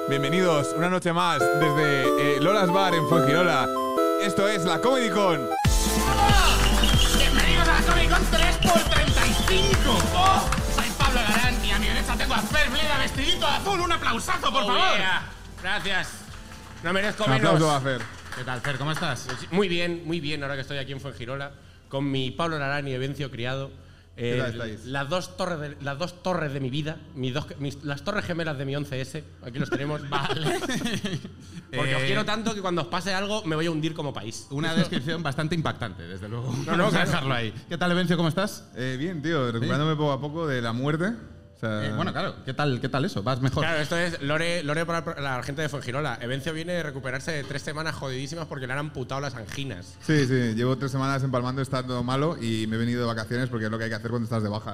Bienvenidos una noche más desde Lola's Bar en Fuengirola. Esto es la Comedy Con. ¡Hola! Bienvenidos a la Comedy Con 3x35. ¡Oh! Soy Pablo Larán y a mi derecha tengo a Fer Bleda vestidito de azul. Un aplausazo, por favor. Yeah. Gracias. No merezco Un menos. aplauso a Fer. ¿Qué tal, Fer? ¿Cómo estás? Muy bien, ahora que estoy aquí en Fuengirola, con mi Pablo Larán y Evencio Criado. ¿Qué tal estáis? Las dos torres de mi vida, las torres gemelas de mi 11S, aquí los tenemos. Vale. Porque os quiero tanto que cuando os pase algo me voy a hundir como país. Una descripción bastante impactante, desde luego. No, Vamos a claro. dejarlo ahí. ¿Qué tal, Evencio? ¿Cómo estás? Bien, tío, recuperándome poco a poco de la muerte. O sea, Bueno, claro. ¿Qué tal eso? ¿Vas mejor? Claro, esto es Lore para la gente de Fuengirola. Evencio viene de recuperarse de 3 semanas jodidísimas porque le han amputado las anginas. Sí, llevo 3 semanas empalmando, está todo malo y me he venido de vacaciones porque es lo que hay que hacer cuando estás de baja.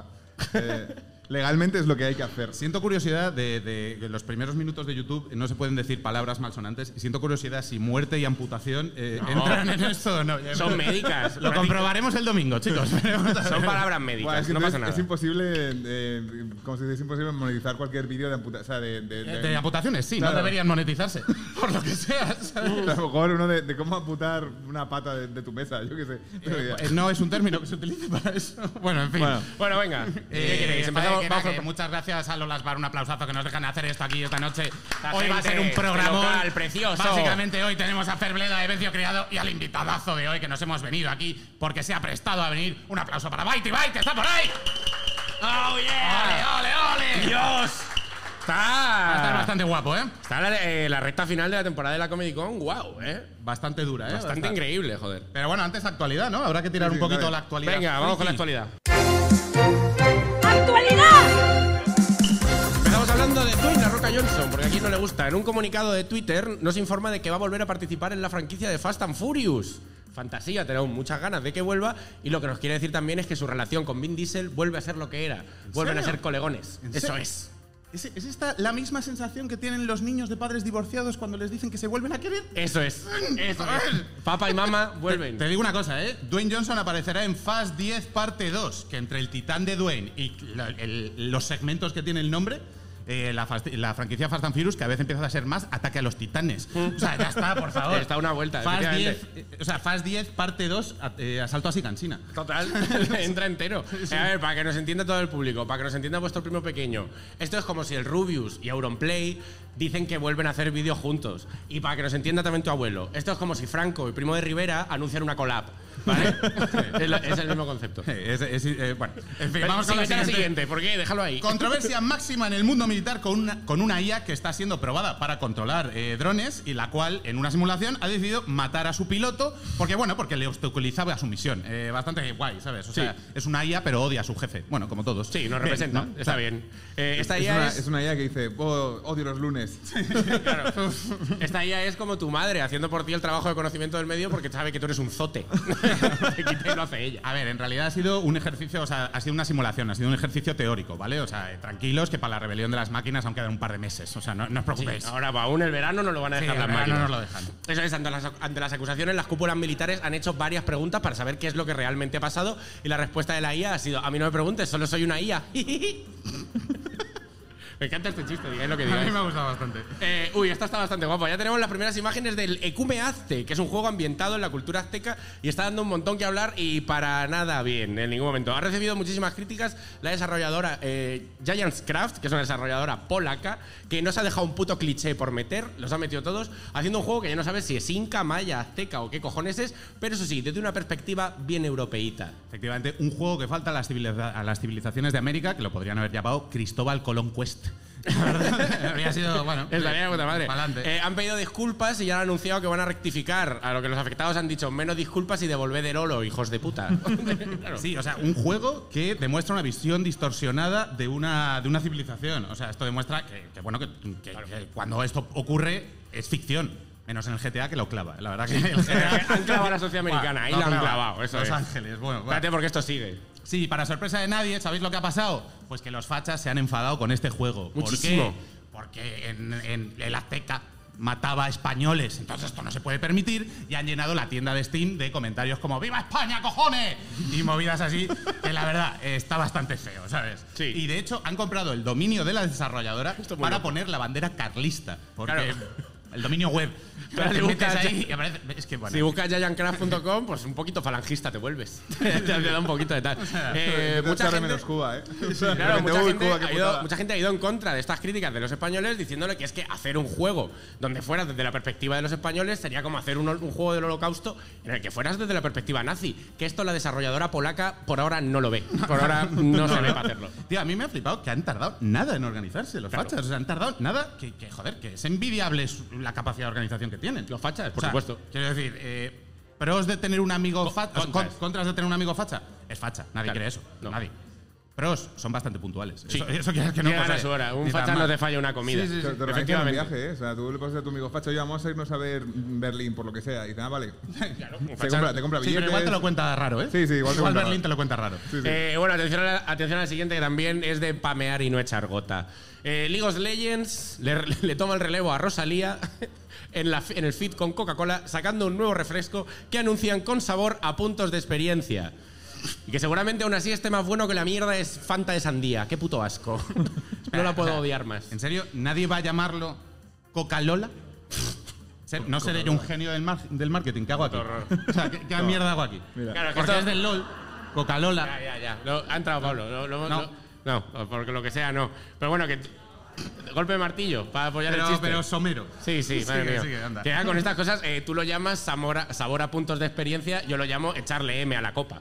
Legalmente es lo que hay que hacer. Siento curiosidad de los primeros minutos de YouTube no se pueden decir palabras malsonantes y siento curiosidad si muerte y amputación entran en esto o no. Son médicas. Lo comprobaremos el domingo, chicos. Son palabras médicas, Bueno, es que no pasa entonces nada. es imposible, como se dice, es imposible monetizar cualquier vídeo de amputación. O sea, De amputaciones, sí, Claro. no deberían monetizarse. Por lo que sea. ¿sabes? A lo mejor uno de cómo amputar una pata de tu mesa, yo qué sé. No es un término que se utilice para eso. Bueno, en fin. Bueno, venga. ¿Qué queréis? Empezamos. Muchas gracias a Lola's Bar, un aplausazo que nos dejan hacer esto aquí esta noche. La Hoy va a gente, ser un programa local, precioso. Básicamente hoy tenemos a Fer Bleda, Evencio Criado y al invitadazo de hoy que nos hemos venido aquí porque se ha prestado a venir. Un aplauso para Baiti, que está por ahí. ¡Oh, yeah! ¡Ole, ole, ole! ¡Dios! Va a estar Está bastante guapo, ¿eh? la recta final de la temporada de la Comedy Con. ¡Wow! Bastante dura, ¿eh? Bastante increíble, joder. Pero bueno, antes actualidad, ¿no? Habrá que tirar un poquito dale. la actualidad. Venga, vamos con la Friki. actualidad. ¡Actualidad! Empezamos hablando de Dwayne La Roca Johnson, porque aquí no le gusta. En un comunicado de Twitter nos informa de que va a volver a participar en la franquicia de Fast and Furious. Fantasía, tenemos muchas ganas de que vuelva y lo que nos quiere decir también es que su relación con Vin Diesel vuelve a ser lo que era. Vuelven a serio? ser colegones. ¿En Eso serio? es. ¿Es esta la misma sensación que tienen los niños de padres divorciados cuando les dicen que se vuelven a querer? Eso es. Eso es. Papá y mamá vuelven. Te digo una cosa, ¿eh? Dwayne Johnson aparecerá en Fast 10 parte 2, que entre el titán de Dwayne y los segmentos que tiene el nombre, la franquicia Fast and Furious cada vez empieza a ser más ataque a los titanes. O sea, ya está, por favor. Está una vuelta, Fast efectivamente. 10, Fast 10 parte 2, asalto a Sicansina. Total, entra entero. A ver, para que nos entienda todo el público, para que nos entienda vuestro primo pequeño. Esto es como si el Rubius y Auronplay dicen que vuelven a hacer vídeos juntos. Y para que nos entienda también tu abuelo. Esto es como si Franco y Primo de Rivera anuncian una collab. ¿Vale? Es el mismo concepto. Bueno, en fin, vamos con la siguiente. ¿Por qué? Déjalo ahí. Controversia máxima en el mundo militar con una IA que está siendo probada para controlar drones y la cual, en una simulación, ha decidido matar a su piloto porque le obstaculizaba su misión. Bastante guay, ¿sabes? O sea, es una IA pero odia a su jefe. Bueno, como todos. Sí, nos representa. ¿no? Está bien. Esta IA Es una IA que dice, odio los lunes. Claro. Esta IA es como tu madre haciendo por ti el trabajo de conocimiento del medio porque sabe que tú eres un zote. Se quita y lo hace ella. A ver, en realidad ha sido un ejercicio, o sea, ha sido una simulación, ha sido un ejercicio teórico, ¿vale? O sea, tranquilos que para la rebelión de las máquinas aún quedan un par de meses. O sea, no os preocupéis. Sí, ahora aún el verano no lo van a dejar Sí, las el verano máquinas. no lo dejan. Eso es, ante las acusaciones, las cúpulas militares han hecho varias preguntas para saber qué es lo que realmente ha pasado y la respuesta de la IA ha sido: a mí no me preguntes, solo soy una IA. Me encanta este chiste, digáis lo que A digáis. mí me ha gustado bastante. Esta está bastante guapa. Ya tenemos las primeras imágenes del Ecume Azte, que es un juego ambientado en la cultura azteca y está dando un montón que hablar y para nada bien en ningún momento. Ha recibido muchísimas críticas la desarrolladora Giants Craft, que es una desarrolladora polaca, que no se ha dejado un puto cliché por meter, los ha metido todos, haciendo un juego que ya no sabes si es inca, maya, azteca o qué cojones es, pero eso sí, desde una perspectiva bien europeíta. Efectivamente, un juego que falta a las civilizaciones de América, que lo podrían haber llamado Cristóbal Colón Quest. Habría sido, bueno. Estaría de puta madre. Pa'lante. Han pedido disculpas y ya han anunciado que van a rectificar. A lo que los afectados han dicho: menos disculpas y devolved el oro, hijos de puta. Claro. Sí, o sea, un juego que demuestra una visión distorsionada de una civilización. O sea, esto demuestra que cuando esto ocurre es ficción. Menos en el GTA, que lo clava. La verdad que el GTA Han clavado a la sociedad americana, ahí Lo la han clava. clavado. Eso Los es. Ángeles, bueno. Espérate, porque esto sigue. Sí, para sorpresa de nadie, ¿sabéis lo que ha pasado? Pues que los fachas se han enfadado con este juego. Muchísimo. ¿Por qué? Porque en el Azteca mataba a españoles, entonces esto no se puede permitir, y han llenado la tienda de Steam de comentarios como ¡Viva España, cojones! Y movidas así, que la verdad está bastante feo, ¿sabes? Sí. Y de hecho han comprado el dominio de la desarrolladora para poner la bandera carlista, porque el dominio web. Claro, te si metes buscas ahí y aparece, es que bueno. Si buscas giantcraft.com, pues un poquito falangista te vuelves. Te da un poquito de tal. Mucha gente, menos Cuba, claro, Cuba, mucha gente ha ido en contra de estas críticas de los españoles, diciéndole que es que hacer un juego donde fueras desde la perspectiva de los españoles sería como hacer un juego del Holocausto en el que fueras desde la perspectiva nazi. Que esto la desarrolladora polaca por ahora no lo ve. Por ahora no se ve para hacerlo. Tío, a mí me ha flipado que han tardado nada en organizarse los fachas. O sea, han tardado nada que joder, que es envidiable la capacidad de organización que tienen. Los fachas, por O sea, supuesto. Quiero decir, pros de tener un amigo facha. Contras de tener un amigo facha. Es facha. Nadie quiere eso. No. Nadie. Pros son bastante puntuales. Sí. Eso quieres que no. Llegan pues, a su hora. Un ni tan facha no mal. te falla una comida. Sí, sí, sí. Te organizan un Efectivamente. viaje, O sea, tú le pasas a tu amigo facha, oye, vamos a irnos a ver Berlín por lo que sea. Y dices, vale. Claro, un Te facha- compra Sí, billetes. pero igual te lo cuenta raro, ¿eh? Sí, igual te cuenta Berlín raro. te lo cuenta raro. Sí, sí. Bueno, atención al siguiente, que también es de pamear y no echar gota. League of Legends le toma el relevo a Rosalía en el feed con Coca-Cola, sacando un nuevo refresco que anuncian con sabor a puntos de experiencia. Y que seguramente aún así esté más bueno que la mierda es Fanta de sandía. Qué puto asco. No la puedo odiar más. ¿En serio? ¿Nadie va a llamarlo Coca-Lola? No seré yo un genio del marketing. ¿Qué hago aquí? O sea, ¿qué mierda hago aquí? Mira. Claro, que Porque esto- es del LOL, Coca-Lola. Ya. Ha entrado Pablo. No, porque lo que sea no. Pero bueno, que golpe de martillo para apoyar el chiste. Pero somero. Sí, madre mía. Sigue, anda. Que ya con estas cosas, tú lo llamas sabor a puntos de experiencia, yo lo llamo echarle M a la copa.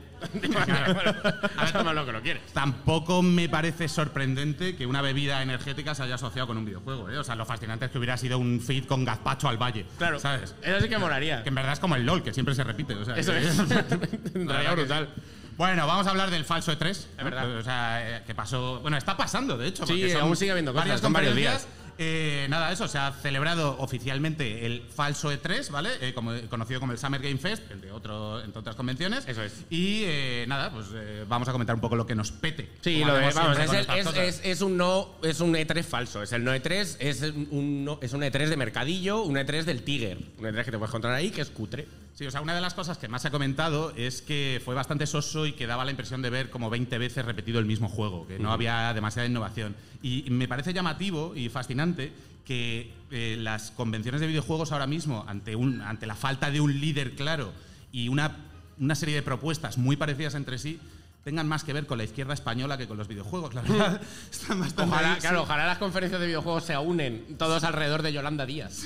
A ver, toma lo que lo quieres. Tampoco me parece sorprendente que una bebida energética se haya asociado con un videojuego, ¿eh? O sea, lo fascinante es que hubiera sido un feed con gazpacho al valle. Claro, ¿sabes? eso sí que molaría. Que en verdad es como el LOL, que siempre se repite. O sea, Eso que- es. La Entraría verdad que brutal. sí. Bueno, vamos a hablar del falso E3. Es verdad. O sea, que pasó. Bueno, está pasando, de hecho. Sí, porque son aún sigue habiendo cosas, varias son varios conferencias. Nada, eso, se ha celebrado oficialmente el falso E3, ¿vale? Conocido como el Summer Game Fest, entre otras convenciones. Eso es. Y nada, pues vamos a comentar un poco lo que nos pete. Sí, como lo de, hacemos vamos, siempre con estas cosas. es un E3 falso. Es el no E3, es un E3 de mercadillo, un E3 del Tiger. Un E3 que te puedes encontrar ahí, que es cutre. Sí, o sea, una de las cosas que más se ha comentado es que fue bastante soso y que daba la impresión de ver como 20 veces repetido el mismo juego, que no había demasiada innovación. Y me parece llamativo y fascinante que las convenciones de videojuegos ahora mismo, ante la falta de un líder claro y una serie de propuestas muy parecidas entre sí, tengan más que ver con la izquierda española que con los videojuegos. La verdad, están bastante ahí, sí. Ojalá las conferencias de videojuegos se unen todos alrededor de Yolanda Díaz.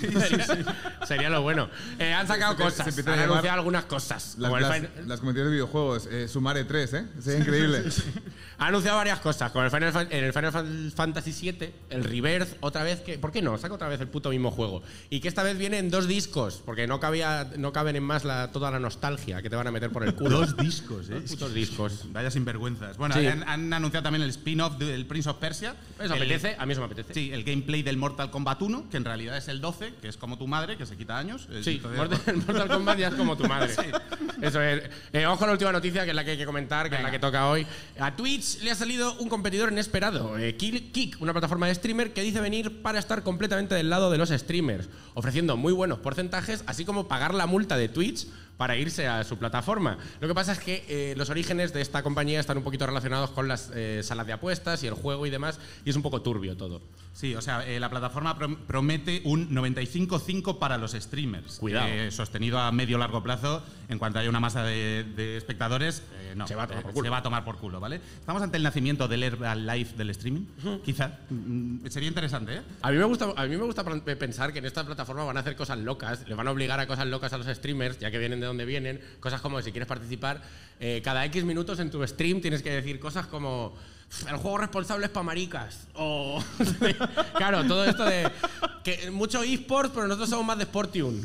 Sería lo bueno. Han sacado Se cosas, empieza a han llamar anunciado algunas cosas. como el Las convenciones de videojuegos, Sumare 3, Sería increíble. Ha anunciado varias cosas, como en el Final Fantasy VII, el Rebirth, otra vez que... ¿Por qué no? Saca otra vez el puto mismo juego. Y que esta vez viene en 2 discos, porque no caben en más toda la nostalgia que te van a meter por el culo. 2 discos, ¿eh? 2 putos discos. Vaya sinvergüenzas. Bueno, Sí. han anunciado también el spin-off del Prince of Persia. Eso apetece, a mí eso me apetece. Sí, el gameplay del Mortal Kombat 1, que en realidad es el 12, que es como tu madre, que se quita años. Sí, Entonces, el Mortal Kombat ya es como tu madre. Eso es. Vamos con la última noticia, que es la que hay que comentar, que Venga. es la que toca hoy. A Twitch le ha salido un competidor inesperado, Kick, una plataforma de streamer que dice venir para estar completamente del lado de los streamers, ofreciendo muy buenos porcentajes, así como pagar la multa de Twitch para irse a su plataforma. Lo que pasa es que los orígenes de esta compañía están un poquito relacionados con las salas de apuestas y el juego y demás, y es un poco turbio todo. Sí, o sea, la plataforma promete un 95-5 para los streamers. Cuidado. Sostenido a medio-largo plazo, en cuanto haya una masa de espectadores, no. Se va a tomar por culo. Se va a tomar por culo, ¿vale? Estamos ante el nacimiento del Herbalife del streaming, quizá. Sería interesante, ¿eh? A mí me gusta pensar que en esta plataforma van a hacer cosas locas, les van a obligar a cosas locas a los streamers, ya que vienen de donde vienen, cosas como si quieres participar, cada X minutos en tu stream tienes que decir cosas como el juego responsable es para maricas, o claro, todo esto de que mucho eSports, pero nosotros somos más de Sportium.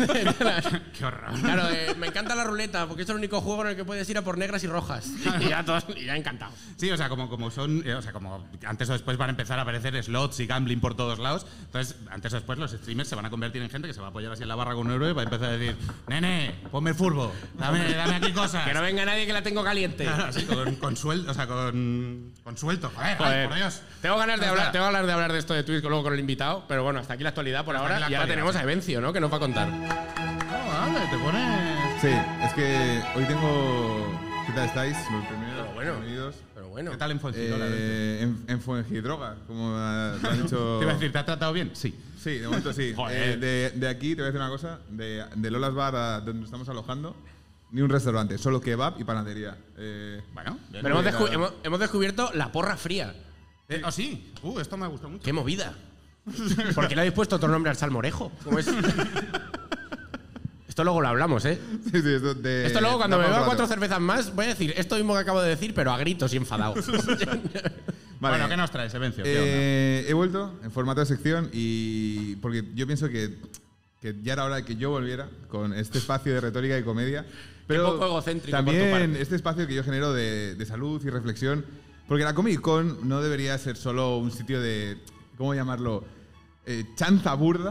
Qué horror. Claro, me encanta la ruleta, porque es el único juego en el que puedes ir a por negras y rojas. Y ya encantado. Sí, o sea, como son, o sea, como antes o después van a empezar a aparecer slots y gambling por todos lados. Entonces, antes o después los streamers se van a convertir en gente que se va a apoyar así en la barra con un euro y va a empezar a decir, nene, ponme el furbo, dame aquí cosas. Que no venga nadie que la tengo caliente. Claro, así, con sueldo, o sea, con suelto. Joder, ay, por Dios. Tengo ganas de hablar de esto de Twitch luego con el invitado, pero bueno, hasta aquí la actualidad por Hasta ahora. aquí la Y ahora actualidad, tenemos a Evencio, ¿no? Que nos va a contar. Vale, te pones. Sí, es que hoy tengo... ¿Qué tal estáis? Los primeros. Pero bueno. Bienvenidos. Pero bueno. ¿Qué tal en Fuengirola? En Fuengirola, como lo han dicho... Te iba a decir, ¿te ha tratado bien? Sí. Sí, de momento sí. Joder. De aquí, te voy a decir una cosa, de Lola's Bar a donde nos estamos alojando, ni un restaurante, solo kebab y panadería. Bueno. Pero hemos descubierto la porra fría. ¿Oh, sí? Esto me ha gustado mucho. ¡Qué movida! ¿Por qué le habéis puesto otro nombre al salmorejo? ¿Cómo es? Esto luego lo hablamos, ¿eh? Sí, sí, Esto luego, cuando me da para beba un 4 rato. cervezas más, voy a decir esto mismo que acabo de decir, pero a gritos y enfadado. Vale. Bueno, ¿qué nos traes, Evencio? ¿Qué onda? He vuelto en formato de sección y porque yo pienso que ya era hora de que yo volviera con este espacio de retórica y comedia. Pero poco egocéntrico por tu también parte. este espacio que yo genero de salud y reflexión. Porque la Comic Con no debería ser solo un sitio de, ¿cómo llamarlo? Chanza burda.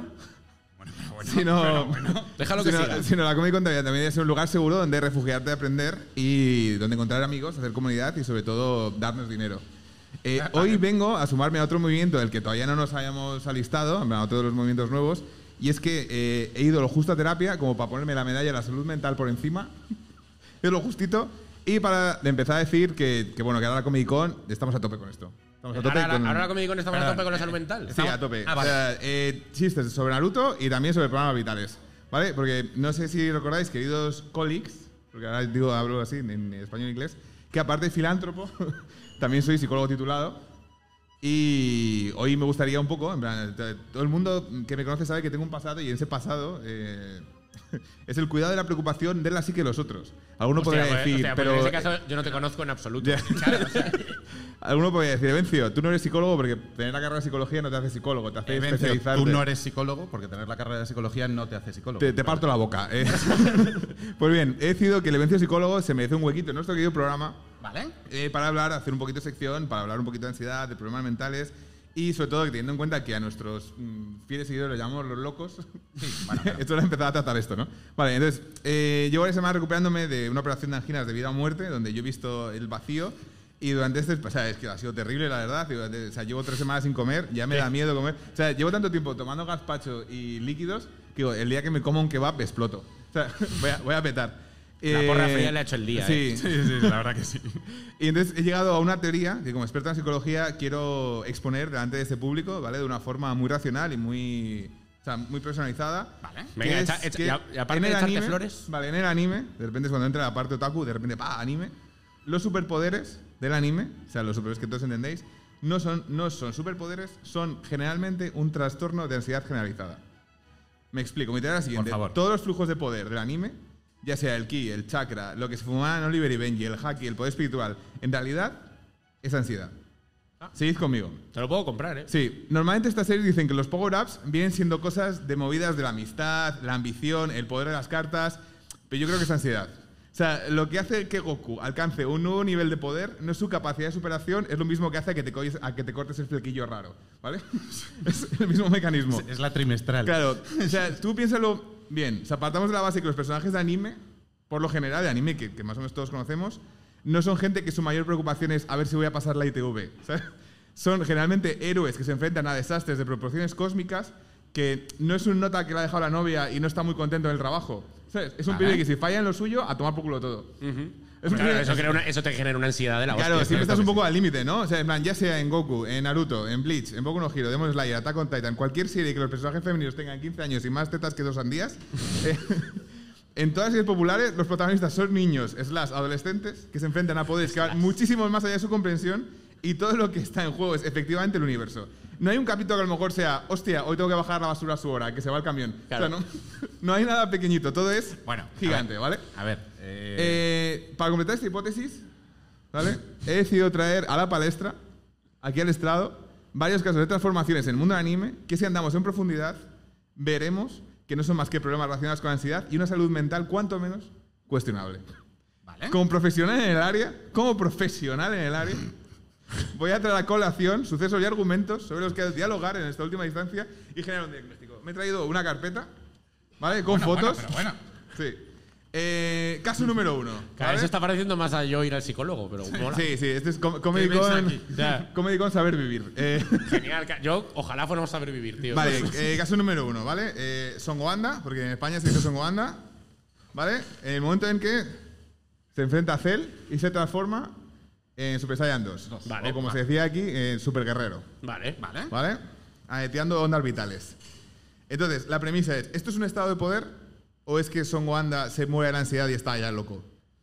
Sino Déjalo que siga. sino la Comic Con también debe ser un lugar seguro donde refugiarte, aprender y donde encontrar amigos, hacer comunidad y sobre todo darnos dinero. Hoy vengo a sumarme a otro movimiento del que todavía no nos hayamos alistado, a otro de los movimientos nuevos, y es que he ido lo justo a terapia como para ponerme la medalla de la salud mental por encima, es lo justito, y para empezar a decir que bueno, que ahora la Comic Con estamos a tope con esto. Estamos a tope Ahora la Comic Con estamos a Perdón, tope con la salud mental. Sí, a tope. Ah, O sea, chistes sobre Naruto y también sobre programas vitales. ¿Vale? Porque no sé si recordáis, queridos colleagues, porque ahora hablo así en español e inglés, que aparte de filántropo, también soy psicólogo titulado. Y hoy me gustaría un poco, en plan, todo el mundo que me conoce sabe que tengo un pasado y en ese pasado es el cuidado de la preocupación de la psique de los otros. Alguno podría decir, pero en ese caso yo no te conozco en absoluto. Ya. Alguno podría decir, Evencio, tú no eres psicólogo porque tener la carrera de psicología no te hace psicólogo, te hace Evencio, especializarte. tú no eres psicólogo porque tener la carrera de psicología no te hace psicólogo. Te parto la boca. Pues bien, he decidido que el Evencio psicólogo se merece un huequito en nuestro querido programa ¿Vale? para hablar, hacer un poquito de sección, para hablar un poquito de ansiedad, de problemas mentales y sobre todo teniendo en cuenta que a nuestros fieles seguidores los llamamos los locos. Sí, bueno, Esto era empezar a tratar esto, ¿no? Vale, entonces, llevo varias semanas recuperándome de una operación de anginas de vida o muerte, donde yo he visto el vacío. Y durante o sea, es que ha sido terrible, la verdad. O sea, llevo 3 semanas sin comer, ya me da miedo comer. O sea, llevo tanto tiempo tomando gazpacho y líquidos que digo, el día que me como un kebab exploto. O sea, voy a petar. La porra fría le ha hecho el día. Sí. Sí, la verdad que sí. Y entonces he llegado a una teoría que como experto en psicología quiero exponer delante de este público, ¿vale? De una forma muy racional y muy personalizada. Vale. Venga, y aparte de echarte flores. Vale, en el anime, de repente es cuando entra la parte otaku, de repente, ¡pah! Anime. Los superpoderes del anime, o sea, los superpoderes que todos entendéis, no son superpoderes, son generalmente un trastorno de ansiedad generalizada. Me explico, mi teoría es la siguiente. Por favor. Todos los flujos de poder del anime, ya sea el ki, el chakra, lo que se fumaban Oliver y Benji, el haki, el poder espiritual, en realidad es ansiedad. Seguid conmigo. Te lo puedo comprar, ¿eh? Sí, normalmente estas series dicen que los power-ups vienen siendo cosas de movidas de la amistad, la ambición, el poder de las cartas, pero yo creo que es ansiedad. O sea, lo que hace que Goku alcance un nuevo nivel de poder no es su capacidad de superación, es lo mismo que hace a que te cortes el flequillo raro, ¿vale? Es el mismo mecanismo. Es la trimestral. Claro, o sea, tú piénsalo bien. O sea, partamos de la base que los personajes de anime, por lo general, de anime que más o menos todos conocemos, no son gente que su mayor preocupación es a ver si voy a pasar la ITV. ¿Sabes? Son generalmente héroes que se enfrentan a desastres de proporciones cósmicas, que no es un nota que le ha dejado la novia y no está muy contento en el trabajo. ¿Sabes? Es un pibe que si falla en lo suyo, a tomar por culo todo. Es un Claro, pibe- eso te genera una ansiedad de la hostia. Claro, siempre estás Cierto un que poco al límite, ¿no? O sea, en plan, ya sea en Goku, en Naruto, en Bleach, en Boku no Hero, Demon Slayer, Attack on Titan, cualquier serie que los personajes femeninos tengan 15 años y más tetas que 2 sandías, en todas las series populares los protagonistas son niños / adolescentes que se enfrentan a poderes que van muchísimo más allá de su comprensión y todo lo que está en juego es efectivamente el universo. No hay un capítulo que a lo mejor sea, hostia, hoy tengo que bajar la basura a su hora, que se va el camión. Claro. O sea, no hay nada pequeñito, todo es gigante, ¿vale? A ver. Para completar esta hipótesis, ¿vale? He decidido traer a la palestra, aquí al estrado, varios casos de transformaciones en el mundo del anime que si andamos en profundidad veremos que no son más que problemas relacionados con la ansiedad y una salud mental cuanto menos cuestionable. Vale. Como profesional en el área, voy a traer a colación sucesos y argumentos sobre los que dialogar en esta última instancia y generar un diagnóstico. Me he traído una carpeta, ¿vale? Con fotos. Pero bueno. Sí. Caso número 1. Claro, eso está pareciendo más a yo ir al psicólogo, pero mola. Sí, este es Comedy ¿Qué ves aquí? Comedy Con Saber Vivir. Genial. Yo ojalá fuéramos a saber vivir, tío. Vale, caso número 1, ¿vale? Songoanda, porque en España se dice Songoanda, ¿vale? En el momento en que se enfrenta a Cell y se transforma en Super Saiyan 2. Vale, o como se decía aquí, en Super Guerrero. Vale. ¿Vale? Aneteando ondas vitales. Entonces, la premisa es, ¿esto es un estado de poder o es que Son Goanda se muere de la ansiedad y está ya loco?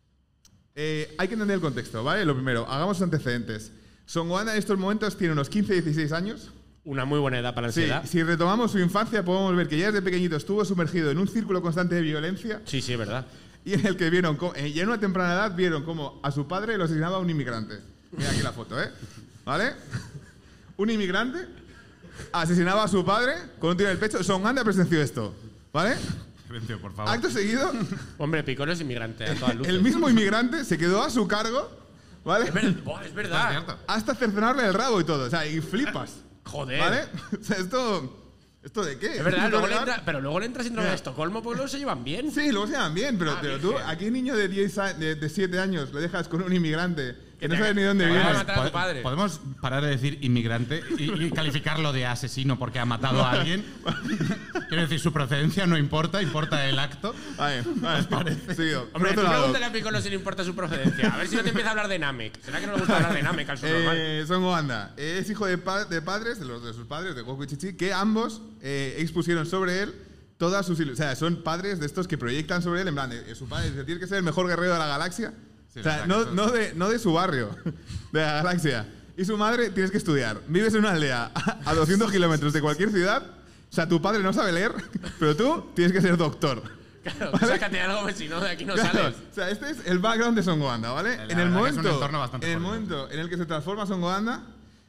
Hay que entender el contexto, ¿vale? Lo primero, hagamos antecedentes. Son Goanda en estos momentos tiene unos 15-16 años. Una muy buena edad para la Sí, ansiedad. si retomamos su infancia podemos ver que ya desde pequeñito estuvo sumergido en un círculo constante de violencia Sí, es verdad. y en el que vieron, y en una temprana edad vieron cómo a su padre lo asesinaba un inmigrante. Mira aquí la foto, ¿vale? Un inmigrante asesinaba a su padre con un tiro en el pecho. Son Goanda presenció esto, ¿vale? Silencio, por favor. Acto seguido, Hombre, Piccolo es inmigrante a todas luces. el mismo inmigrante se quedó a su cargo, ¿vale? Es verdad. cierto. Hasta cercenarle el rabo y todo. O sea, y flipas. Joder. ¿Vale? O sea, ¿esto de qué? Es verdad, ¿Esto luego le legal? pero luego le entra síndrome de Estocolmo porque luego se llevan bien. Sí, luego se llaman bien, pero tú, virgen. ¿a qué niño de 7 años le dejas con un inmigrante que no te- sabe ni dónde te viene? va a matar a tu padre. ¿Podemos parar de decir inmigrante y calificarlo de asesino porque ha matado a alguien? Quiero decir, su procedencia no importa, importa el acto. Vale, sigo. Por Hombre, tú otro lado, pregúntale a Piccolo si le importa su procedencia. A ver si no te empieza a hablar de Namek. ¿Será que no le gusta hablar de Namek al subnormal? Son Goanda es hijo de padres, de sus padres, de Goku y Chichi, que ambos expusieron sobre él todas sus ilusiones. O sea, son padres de estos que proyectan sobre él, en plan, su padre dice, tiene que ser el mejor guerrero de la galaxia. Sí, o sea, la no, verdad no de su barrio, de la galaxia. Y su madre, tienes que estudiar. Vives en una aldea a 200 kilómetros de cualquier ciudad. O sea, tu padre no sabe leer, pero tú tienes que ser doctor. Claro, sácate algo, si no, de aquí no Claro, sales. o sea, este es el background de Son Goanda, ¿vale? La En el verdad que es un momento, entorno bastante en el jodido. momento en el que se transforma Son Goanda,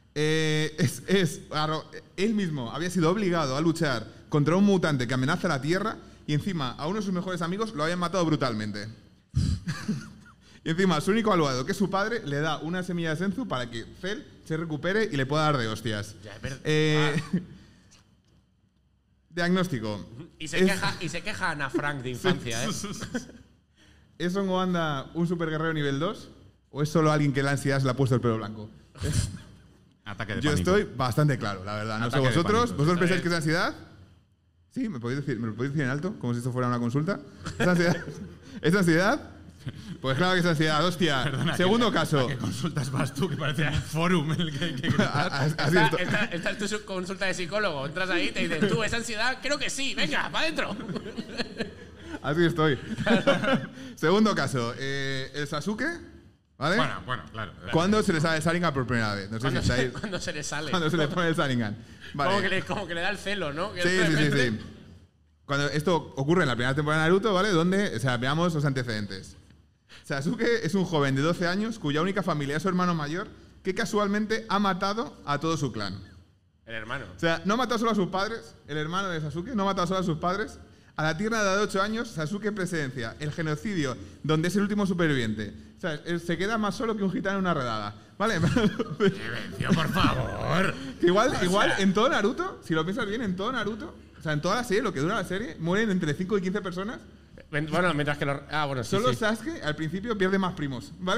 él mismo había sido obligado a luchar contra un mutante que amenaza la Tierra y encima a uno de sus mejores amigos lo habían matado brutalmente. Y encima su único aliado, que es su padre, le da una semilla de Senzu para que Cell se recupere y le pueda dar de hostias. Ya, es verdad. Diagnóstico. Y se queja Ana Frank de infancia, ¿eh? ¿Es Son Goanda un superguerrero nivel 2? ¿O es solo alguien que la ansiedad se le ha puesto el pelo blanco? Ataque de Yo pánico. estoy bastante claro, la verdad. No sé Ataque de vosotros. pánico. ¿Vosotros pensáis que es ansiedad? Sí, ¿me lo podéis decir en alto? Como si esto fuera una consulta. ¿Es ansiedad? ¿Es ansiedad? Pues claro que es ansiedad, hostia. Perdona, Segundo ¿a caso. qué consultas vas tú? Que parece un forum en el que Así Esta, esto- esta es tu consulta de psicólogo. Entras ahí y te dicen, ¿tú es ansiedad? Creo que sí. Venga, para adentro. Así estoy. Segundo caso. El Sasuke, ¿vale? Bueno, claro. ¿Cuándo se le sale el Sharingan por primera vez? No sé si estáis. Cuando se le sale. Cuando se le pone el Sharingan. Vale. Como que le da el celo, ¿no? Que Sí, de sí, repente- sí. Cuando esto ocurre en la primera temporada de Naruto, ¿vale? Donde, o sea, veamos los antecedentes. Sasuke es un joven de 12 años cuya única familia es su hermano mayor que casualmente ha matado a todo su clan. El hermano. O sea, no ha matado solo a sus padres, el hermano de Sasuke, no ha matado solo a sus padres. A la tierna edad de 8 años, Sasuke presencia el genocidio donde es el último superviviente. O sea, él se queda más solo que un gitano en una redada. ¿Vale? Tío, por favor. Que igual en todo Naruto, si lo piensas bien, en todo Naruto, o sea, en toda la serie, lo que dura la serie, mueren entre 5 y 15 personas. Bueno, mientras que lo. Ah, bueno, sí. Solo sí. Sasuke al principio pierde más primos, ¿vale?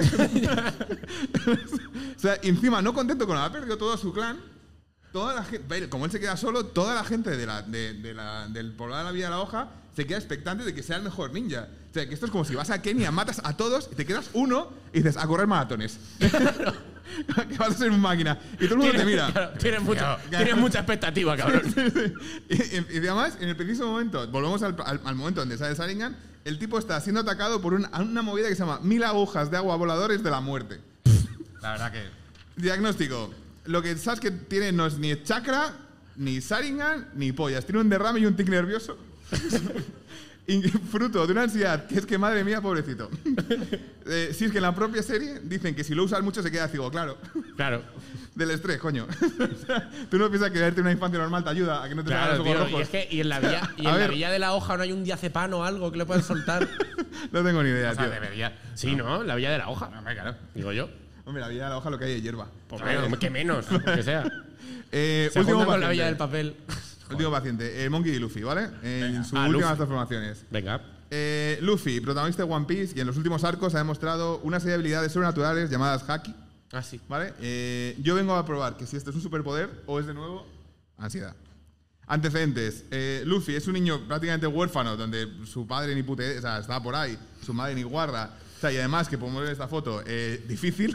O sea, y encima, no contento con haber perdido todo su clan, toda la gente, como él se queda solo, toda la gente del poblado de la Villa de la Hoja se queda expectante de que sea el mejor ninja. O sea, que esto es como si vas a Kenia, matas a todos y te quedas uno y dices, a correr maratones. Que vas a ser una máquina. Y todo el mundo te mira. Claro, tienes mucha expectativa, cabrón. Y además, en el preciso momento, volvemos al momento donde sale Sharingan, el tipo está siendo atacado por una movida que se llama 1000 agujas de agua voladores de la muerte. La verdad que. Diagnóstico. Lo que Sasuke tiene no es ni chakra, ni Sharingan, ni pollas. Tiene un derrame y un tic nervioso. Y fruto de una ansiedad que es que, madre mía, pobrecito. Si es que en la propia serie dicen que si lo usas mucho se queda ciego, claro. Claro. Del estrés, coño. O sea, tú no piensas que verte una infancia normal te ayuda a que no te salgan Claro, los ojos tío. rojos. Y es que en la villa, A ver. Villa de la Hoja no hay un diazepam o algo que le puedan soltar. No tengo ni idea, O sea, tío. debería. Sí, ¿no? La Villa de la Hoja. Hombre, claro. Digo yo. Hombre, la vida de la hoja lo que hay es hierba. Hombre, que menos, que sea. Se Último juntan con la paciente. Villa del Papel. Último paciente. El Monkey D. Luffy, ¿vale? En sus Ah, últimas Luffy. transformaciones. Venga. Luffy, protagonista de One Piece, y en los últimos arcos ha demostrado una serie de habilidades sobrenaturales llamadas Haki. Ah, sí. ¿Vale? Yo vengo a probar que si esto es un superpoder o es de nuevo ansiedad. Antecedentes. Luffy es un niño prácticamente huérfano, donde su padre ni pute, o sea, estaba por ahí, su madre ni guarda. O sea, y además, que podemos ver esta foto, difícil,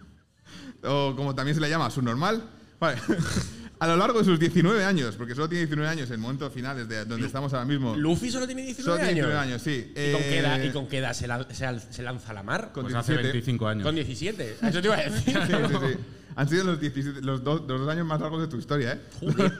o como también se le llama, subnormal. Vale. A lo largo de sus 19 años, porque solo tiene 19 años en el momento final, desde donde estamos ahora mismo. ¿Luffy solo tiene 19 Solo tiene 19 años? años, sí. ¿Y con qué edad se lanza a la mar? Con Pues 17. hace 25 años. Con 17. Eso te iba a decir. Sí. Han sido los dos años más largos de tu historia, ¿eh? Joder.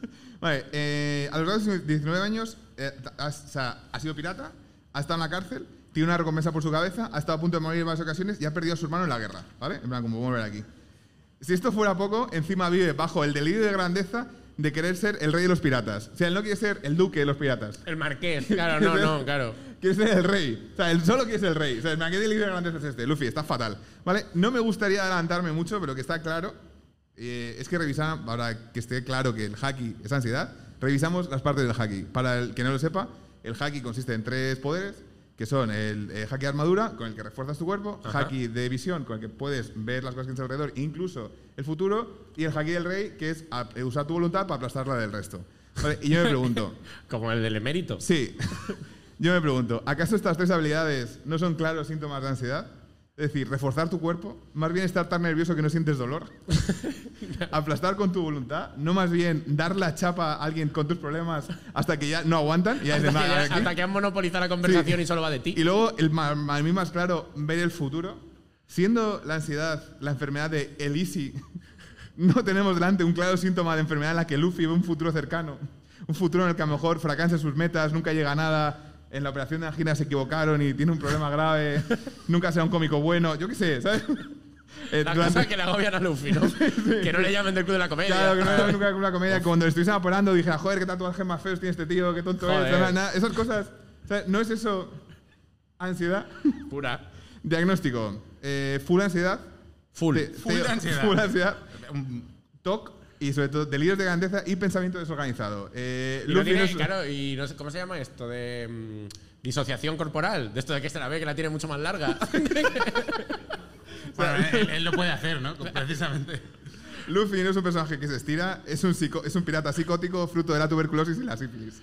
Vale, a lo largo de sus 19 años ha sido pirata, ha estado en la cárcel, tiene una recompensa por su cabeza, ha estado a punto de morir en varias ocasiones y ha perdido a su hermano en la guerra, ¿vale? En plan, como podemos ver aquí. Si esto fuera poco, encima vive bajo el delirio de grandeza de querer ser el rey de los piratas. O sea, él no quiere ser el duque de los piratas. El marqués. Claro, claro. Quiere ser el rey. O sea, él solo quiere ser el rey. O sea, el marqués de delirio de grandeza es este. Luffy, está fatal. ¿Vale? No me gustaría adelantarme mucho, pero que está claro es que revisamos, ahora que esté claro que el Haki es ansiedad, revisamos las partes del Haki. Para el que no lo sepa, el Haki consiste en 3 poderes, que son el Haki de armadura, con el que refuerzas tu cuerpo, Haki de visión, con el que puedes ver las cosas que tienes alrededor, incluso el futuro, y el Haki del rey, que es usar tu voluntad para aplastar la del resto. Vale, y yo me pregunto... Como el del emérito. Sí. Yo me pregunto, ¿acaso estas 3 habilidades no son claros síntomas de ansiedad? Es decir, reforzar tu cuerpo, más bien estar tan nervioso que no sientes dolor. Aplastar con tu voluntad, no más bien dar la chapa a alguien con tus problemas hasta que ya no aguantan. Y hasta que han monopolizado la conversación y solo va de ti. Y luego, a mí más claro, ver el futuro. Siendo la ansiedad la enfermedad de el Easy, no tenemos delante un claro síntoma de enfermedad en la que Luffy ve un futuro cercano. Un futuro en el que a lo mejor fracasa sus metas, nunca llega a nada. En la operación de angina se equivocaron y tiene un problema grave. Nunca será un cómico bueno. Yo qué sé, ¿sabes? La cosa que le agobian a Luffy, ¿no? Sí. Que no le llamen del club de la comedia. Claro, que no le llamen nunca del club de la comedia. Que cuando le estuviesen operando dijera, joder, qué tatuajes más feos tiene este tío, qué tonto es. Esas cosas, ¿sabes? ¿No es eso ansiedad? Pura. Diagnóstico. Full ansiedad. Full ansiedad. Full ansiedad. TOC. Y sobre todo, delirios de grandeza y pensamiento desorganizado. Claro, y no sé, ¿cómo se llama esto? De disociación corporal. De esto de que se la ve, que la tiene mucho más larga. Bueno, él lo puede hacer, ¿no? Precisamente. Luffy no es un personaje que se estira, es un pirata psicótico fruto de la tuberculosis y la sífilis.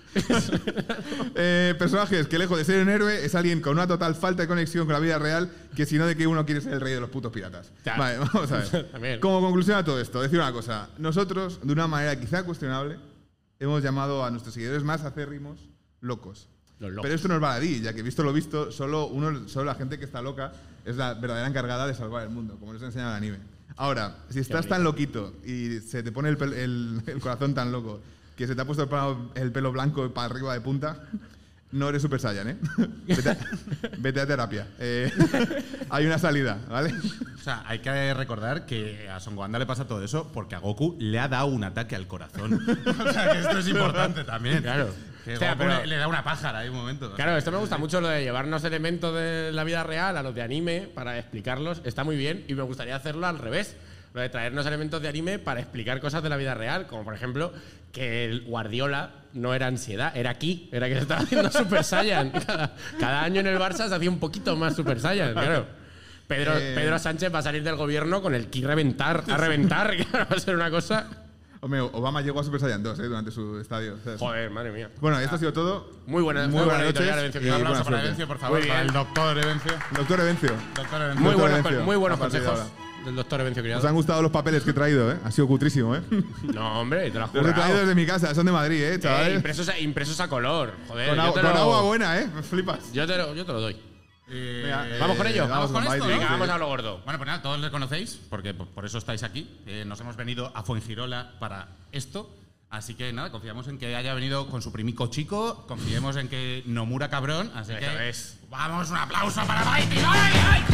Personajes que lejos de ser un héroe es alguien con una total falta de conexión con la vida real, que si no de que uno quiere ser el rey de los putos piratas. Claro. Vale, vamos a ver. Como conclusión a todo esto, decir una cosa. Nosotros, de una manera quizá cuestionable, hemos llamado a nuestros seguidores más acérrimos locos. Pero esto no es baladí, ya que visto lo visto, solo la gente que está loca es la verdadera encargada de salvar el mundo, como nos ha enseñado el anime. Ahora, si estás tan loquito y se te pone el corazón tan loco que se te ha puesto el pelo blanco para arriba de punta, no eres Super Saiyan, ¿eh? Vete a terapia. Hay una salida, ¿vale? O sea, hay que recordar que a Son Gohan le pasa todo eso porque a Goku le ha dado un ataque al corazón. O sea, que esto es importante también. Claro. Que Goku le da una pájara ahí un momento. Claro, esto me gusta mucho, lo de llevarnos elementos de la vida real a los de anime para explicarlos. Está muy bien y me gustaría hacerlo al revés. Lo de traernos elementos de anime para explicar cosas de la vida real, como por ejemplo que el Guardiola no era ansiedad, era aquí, era que se estaba haciendo Super Saiyan. Cada año en el Barça se hacía un poquito más Super Saiyan, claro. Pedro Sánchez va a salir del gobierno con el ki a reventar, que va a ser una cosa... Hombre, Obama llegó a Super Saiyan 2 durante su estadio. Joder, madre mía. Bueno, esto ha sido todo. Muy buenas noches. Un aplauso para Evencio, por favor. Para el doctor Evencio. Doctor Evencio. Muy buenos consejos del doctor Evencio Criado. Os han gustado los papeles que he traído, ¿eh? Ha sido cutrísimo, ¿eh? No, hombre, te lo has Los he traído desde mi casa, son de Madrid, chavales. Impresos a color. Joder, con agua buena, ¿eh? Me flipas. Yo te lo doy. Venga, ¿Vamos con ello? Vamos con esto, Venga, vamos a lo gordo. Bueno, pues nada, todos le conocéis, porque por eso estáis aquí. Nos hemos venido a Fuengirola para esto. Así que nada, confiamos en que haya venido con su primico chico. Confiemos en que Nomura cabrón. Así que vamos, un aplauso para Mighty. ¡Ay, ay!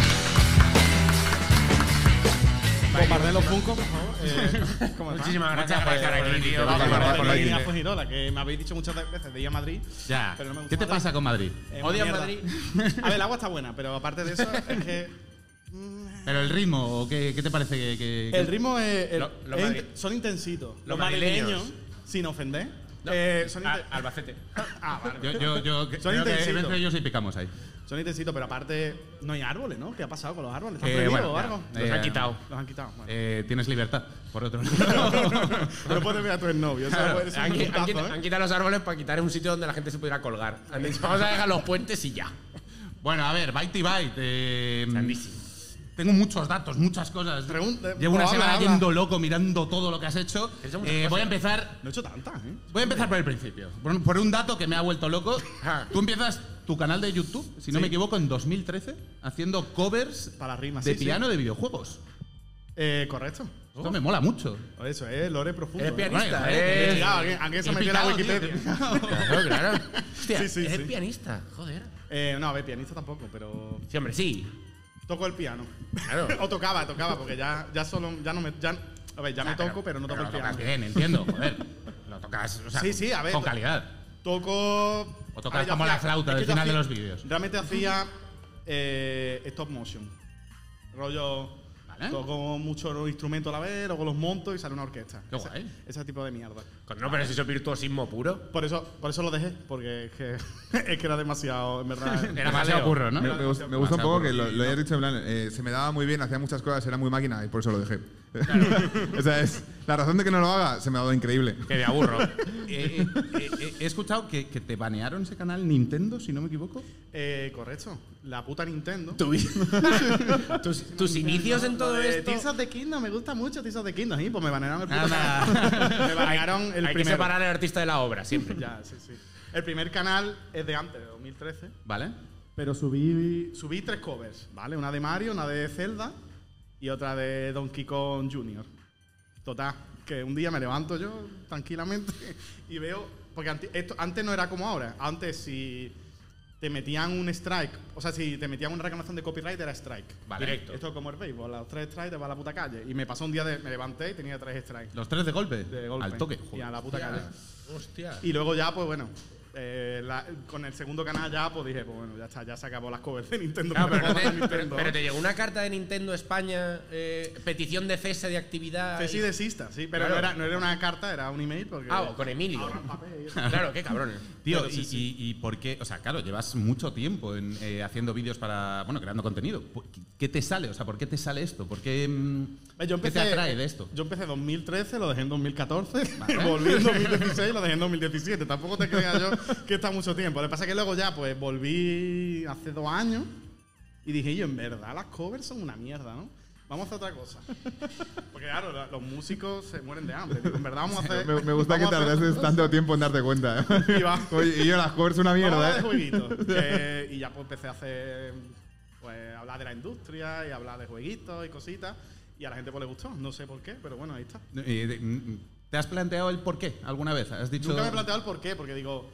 Comparte los Funko, por favor. Muchísimas gracias por estar aquí, tío. Venir a Fuengirola, que me habéis dicho muchas veces de ir a Madrid. Ya. Pero no me gusta ¿Qué te pasa con Madrid? ¿Odias Madrid? A ver, el agua está buena, pero aparte de eso, es que. ¿Pero el ritmo? ¿O qué te parece que El ritmo es. Madrid. Son intensitos. Los madrileños, madrileños, sin ofender, No, Sony Albacete. vale. Yo Son creo que intensitos. entre ellos y picamos ahí. Son intensito, pero aparte no hay árboles, ¿no? ¿Qué ha pasado con los árboles? ¿Están Bueno, prohibidos o ya. algo? Los han quitado. Los han quitado. Bueno. Tienes libertad, por otro lado. No puedes ver a tu exnovio. Eso es un puntazo, Han quitado los árboles para quitar un sitio donde la gente se pudiera colgar. Han dicho, vamos a dejar los puentes y ya. Bueno, a ver, Byte y Byte. Grandísimo. Tengo muchos datos, muchas cosas. Llevo una Habla, semana habla. yendo loco mirando todo lo que has hecho. He hecho muchas cosas. Voy a empezar. No he hecho tantas, ¿eh? Voy a empezar por el principio. Por un dato que me ha vuelto loco. Tú empiezas tu canal de YouTube, si no Sí. me equivoco, en 2013, haciendo covers Para las rimas, de sí, piano de videojuegos. Correcto. Esto me mola mucho. Eso es lore profundo. Eres ¿eh? pianista, Vale, eres. Cuidado, ¿a qué se He metió la picado, tío, Wikipedia? he picado. Claro. Hostia, Sí, sí, eres sí. pianista, joder. No, a ver, pianista tampoco, pero Sí, hombre, sí. toco el piano. Claro. O tocaba, porque ya solo, ya no me, ya, a ver, ya me toco, pero no toco el lo piano. tocas bien, entiendo, joder. Lo tocas, o sea, Sí, sí, a ver. con calidad. Toco. O tocas a ver, yo como la flauta es del que yo final de hacía- los vídeos. Realmente hacía stop motion. Rollo. Vale. Toco muchos instrumentos a la vez, luego los monto y sale una orquesta. Qué guay. Ese tipo de mierda. No, pero si eso es virtuosismo puro. Por eso lo dejé, porque es que, es que era demasiado, en verdad. Era Demasiado jaleo. curro, ¿no? Me gusta un poco que lo hayas dicho en plan, se me daba muy bien, hacía muchas cosas, era muy máquina y por eso lo dejé. O sea, es la razón de que no lo haga, se me ha dado increíble. Que me aburro. He escuchado que te banearon ese canal Nintendo, si no me equivoco. Correcto. La puta Nintendo. Tus inicios en todo esto. Tears of the Kingdom, me gusta mucho Tears of the Kingdom. Sí, pues me banearon el puto Anda. canal. Me banearon el Hay que primero. separar al artista de la obra, siempre. Ya, sí, sí. El primer canal es de antes, de 2013. ¿Vale? Pero subí 3 covers, ¿vale? Una de Mario, una de Zelda y otra de Donkey Kong Jr. Total, que un día me levanto yo tranquilamente y veo. Porque antes no era como ahora. Antes, si te metían un strike, o sea, si te metían una reclamación de copyright, era strike. Vale. Directo. Esto es como el béisbol, los 3 strikes te va a la puta calle. Y me pasó un día, me levanté y tenía 3 strikes Los 3 de golpe. de golpe. Al toque. Y a la puta calle. Hostia. Y luego ya, pues bueno, con el segundo canal ya, pues dije, pues bueno, ya está, ya se acabó las covers de Nintendo. Claro, pero, de Nintendo. pero te llegó una carta de Nintendo España, petición de cese de actividad. Sí, desista, sí, pero Claro. no era una carta, era un email. Porque Ah, con Emilio. ahorran papel y eso. Claro, qué cabrones. Tío, Pero sí, y por qué? O sea, claro, llevas mucho tiempo haciendo vídeos para. Bueno, creando contenido. ¿Qué te sale? O sea, ¿por qué te sale esto? ¿Por qué, ¿qué te atrae de esto? Yo empecé en 2013, lo dejé en 2014, Vale. volví en 2016 y lo dejé en 2017. Tampoco te creas yo que está mucho tiempo. Lo que pasa es que luego ya, pues volví hace 2 años y dije yo, en verdad las covers son una mierda, ¿no? Vamos a hacer otra cosa. Porque claro, los músicos se mueren de hambre. Digo, en verdad vamos a hacer. Me gusta que vamos a hacer- tardases tanto tiempo en darte cuenta. Y va. Oye, y yo las covers una Vamos a hablar de mierda, jueguitos. Y ya pues empecé a hacer, pues hablar de la industria y hablar de jueguitos y cositas. Y a la gente pues le gustó. No sé por qué, pero bueno, ahí está. ¿Te has planteado el por qué alguna vez? ¿Has dicho.? Nunca me he planteado el por qué, porque digo,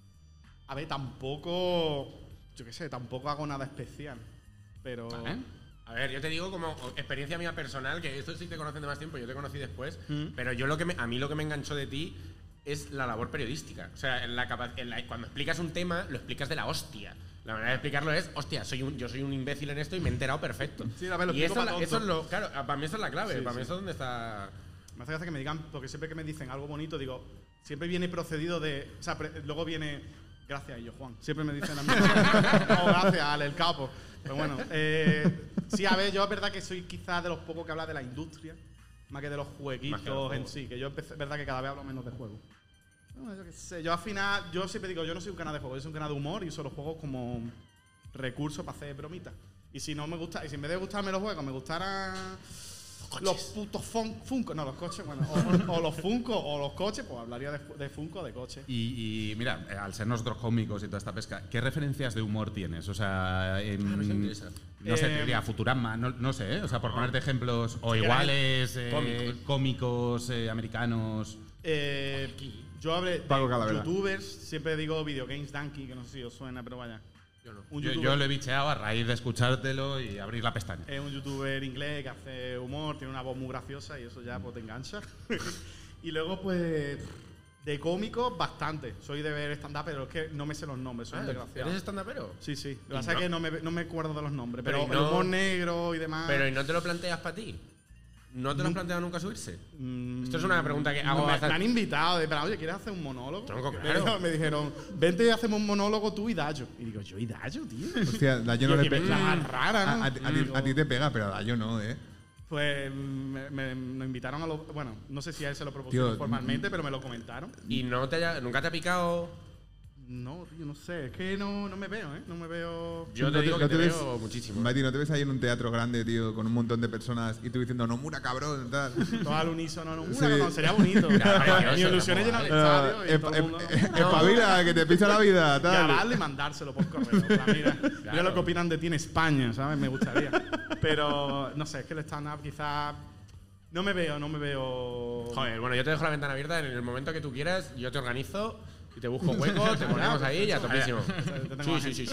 a ver, tampoco, yo qué sé, tampoco hago nada especial. Pero. Vale. A ver, yo te digo como experiencia mía personal, que esto sí te conocen de más tiempo, yo te conocí después, Mm. pero yo a mí lo que me enganchó de ti es la labor periodística. O sea, cuando explicas un tema, lo explicas de la hostia. La manera de explicarlo es, hostia, yo soy un imbécil en esto y me he enterado perfecto. Sí, a ver, lo y explico eso, para eso es tontos. lo, claro, para mí eso es la clave, Sí, para mí sí. eso es donde está. Me hace gracia que me digan, porque siempre que me dicen algo bonito, digo, siempre viene procedido de. O sea, luego viene. Gracias, y yo, Juan. Siempre me dicen la misma. No, gracias, Ale, el capo. Pero bueno, sí, a ver, yo es verdad que soy quizás de los pocos que habla de la industria, más que de los jueguitos en sí. Que yo es verdad que cada vez hablo menos de juegos. No, yo qué sé, yo al final, yo siempre digo, yo no soy un canal de juegos, yo soy un canal de humor y uso los juegos como recurso para hacer bromitas. Y si no me gusta, y si en vez de gustarme los juegos, me gustaran los putos Funko, no, los coches, bueno, o los Funko o los coches, pues hablaría de Funko, de coches. Y mira, al ser nosotros cómicos y toda esta pesca, ¿qué referencias de humor tienes? O sea, no sé, interesa. no sé, te diría Futurama, no sé, ¿eh? O sea, por ponerte ejemplos, o Sí, iguales, cómicos. cómicos americanos. Yo hablé de Paco Calavera. youtubers, siempre digo Video Games Donkey, que no sé si os suena, pero vaya. Yo no. Un Yo youtuber, lo he bicheado a raíz de escuchártelo y abrir la pestaña. es un youtuber inglés que hace humor, tiene una voz muy graciosa y eso ya pues te engancha. Y luego pues de cómicos bastante. Soy de ver stand-up, pero es que no me sé los nombres, soy un desgraciado. ¿Eres stand-upero? Sí, sí. Lo que Y pasa es no. que no me acuerdo de los nombres, Pero pero y el no- humor negro y demás. Pero ¿y no te lo planteas para ti? ¿No te lo has planteado nunca subirse? Esto es una pregunta que hago me bastante. han invitado, pero oye, ¿quieres hacer un monólogo? Tronco, claro. Me dijeron, vente y hacemos un monólogo tú y Dayo. Y digo, ¿yo y Dayo, tío? Hostia, Dayo no Tío, le qué mezcla pega. más rara, ¿no? A ti te pega, pero a Dayo no, ¿eh? Pues nos invitaron a los... Bueno, no sé si a él se lo propusieron Tío, formalmente, pero me lo comentaron. ¿Y nunca te ha picado? No, tío, no sé. Es que no me veo, ¿eh? No me veo... Yo te digo que te veo muchísimo. Mati, ¿no te ves ahí en un teatro grande, tío, con un montón de personas y tú diciendo, no, Mura, cabrón, tal? Todo al unísono, no, Sí. no, sería bonito. Claro, Mi ilusión es llenar el estadio y todo el mundo... Espabila, que te pisa la vida, tal. Grabarlo y mandárselo por correo. En plan, mira lo que opinan de ti en España, ¿sabes? Me gustaría. Pero, no sé, es que el stand-up quizás... No me veo... Joder, bueno, yo te dejo la ventana abierta. En el momento que tú quieras, yo te organizo y te busco hueco, te ponemos ahí y a topísimo. Sí.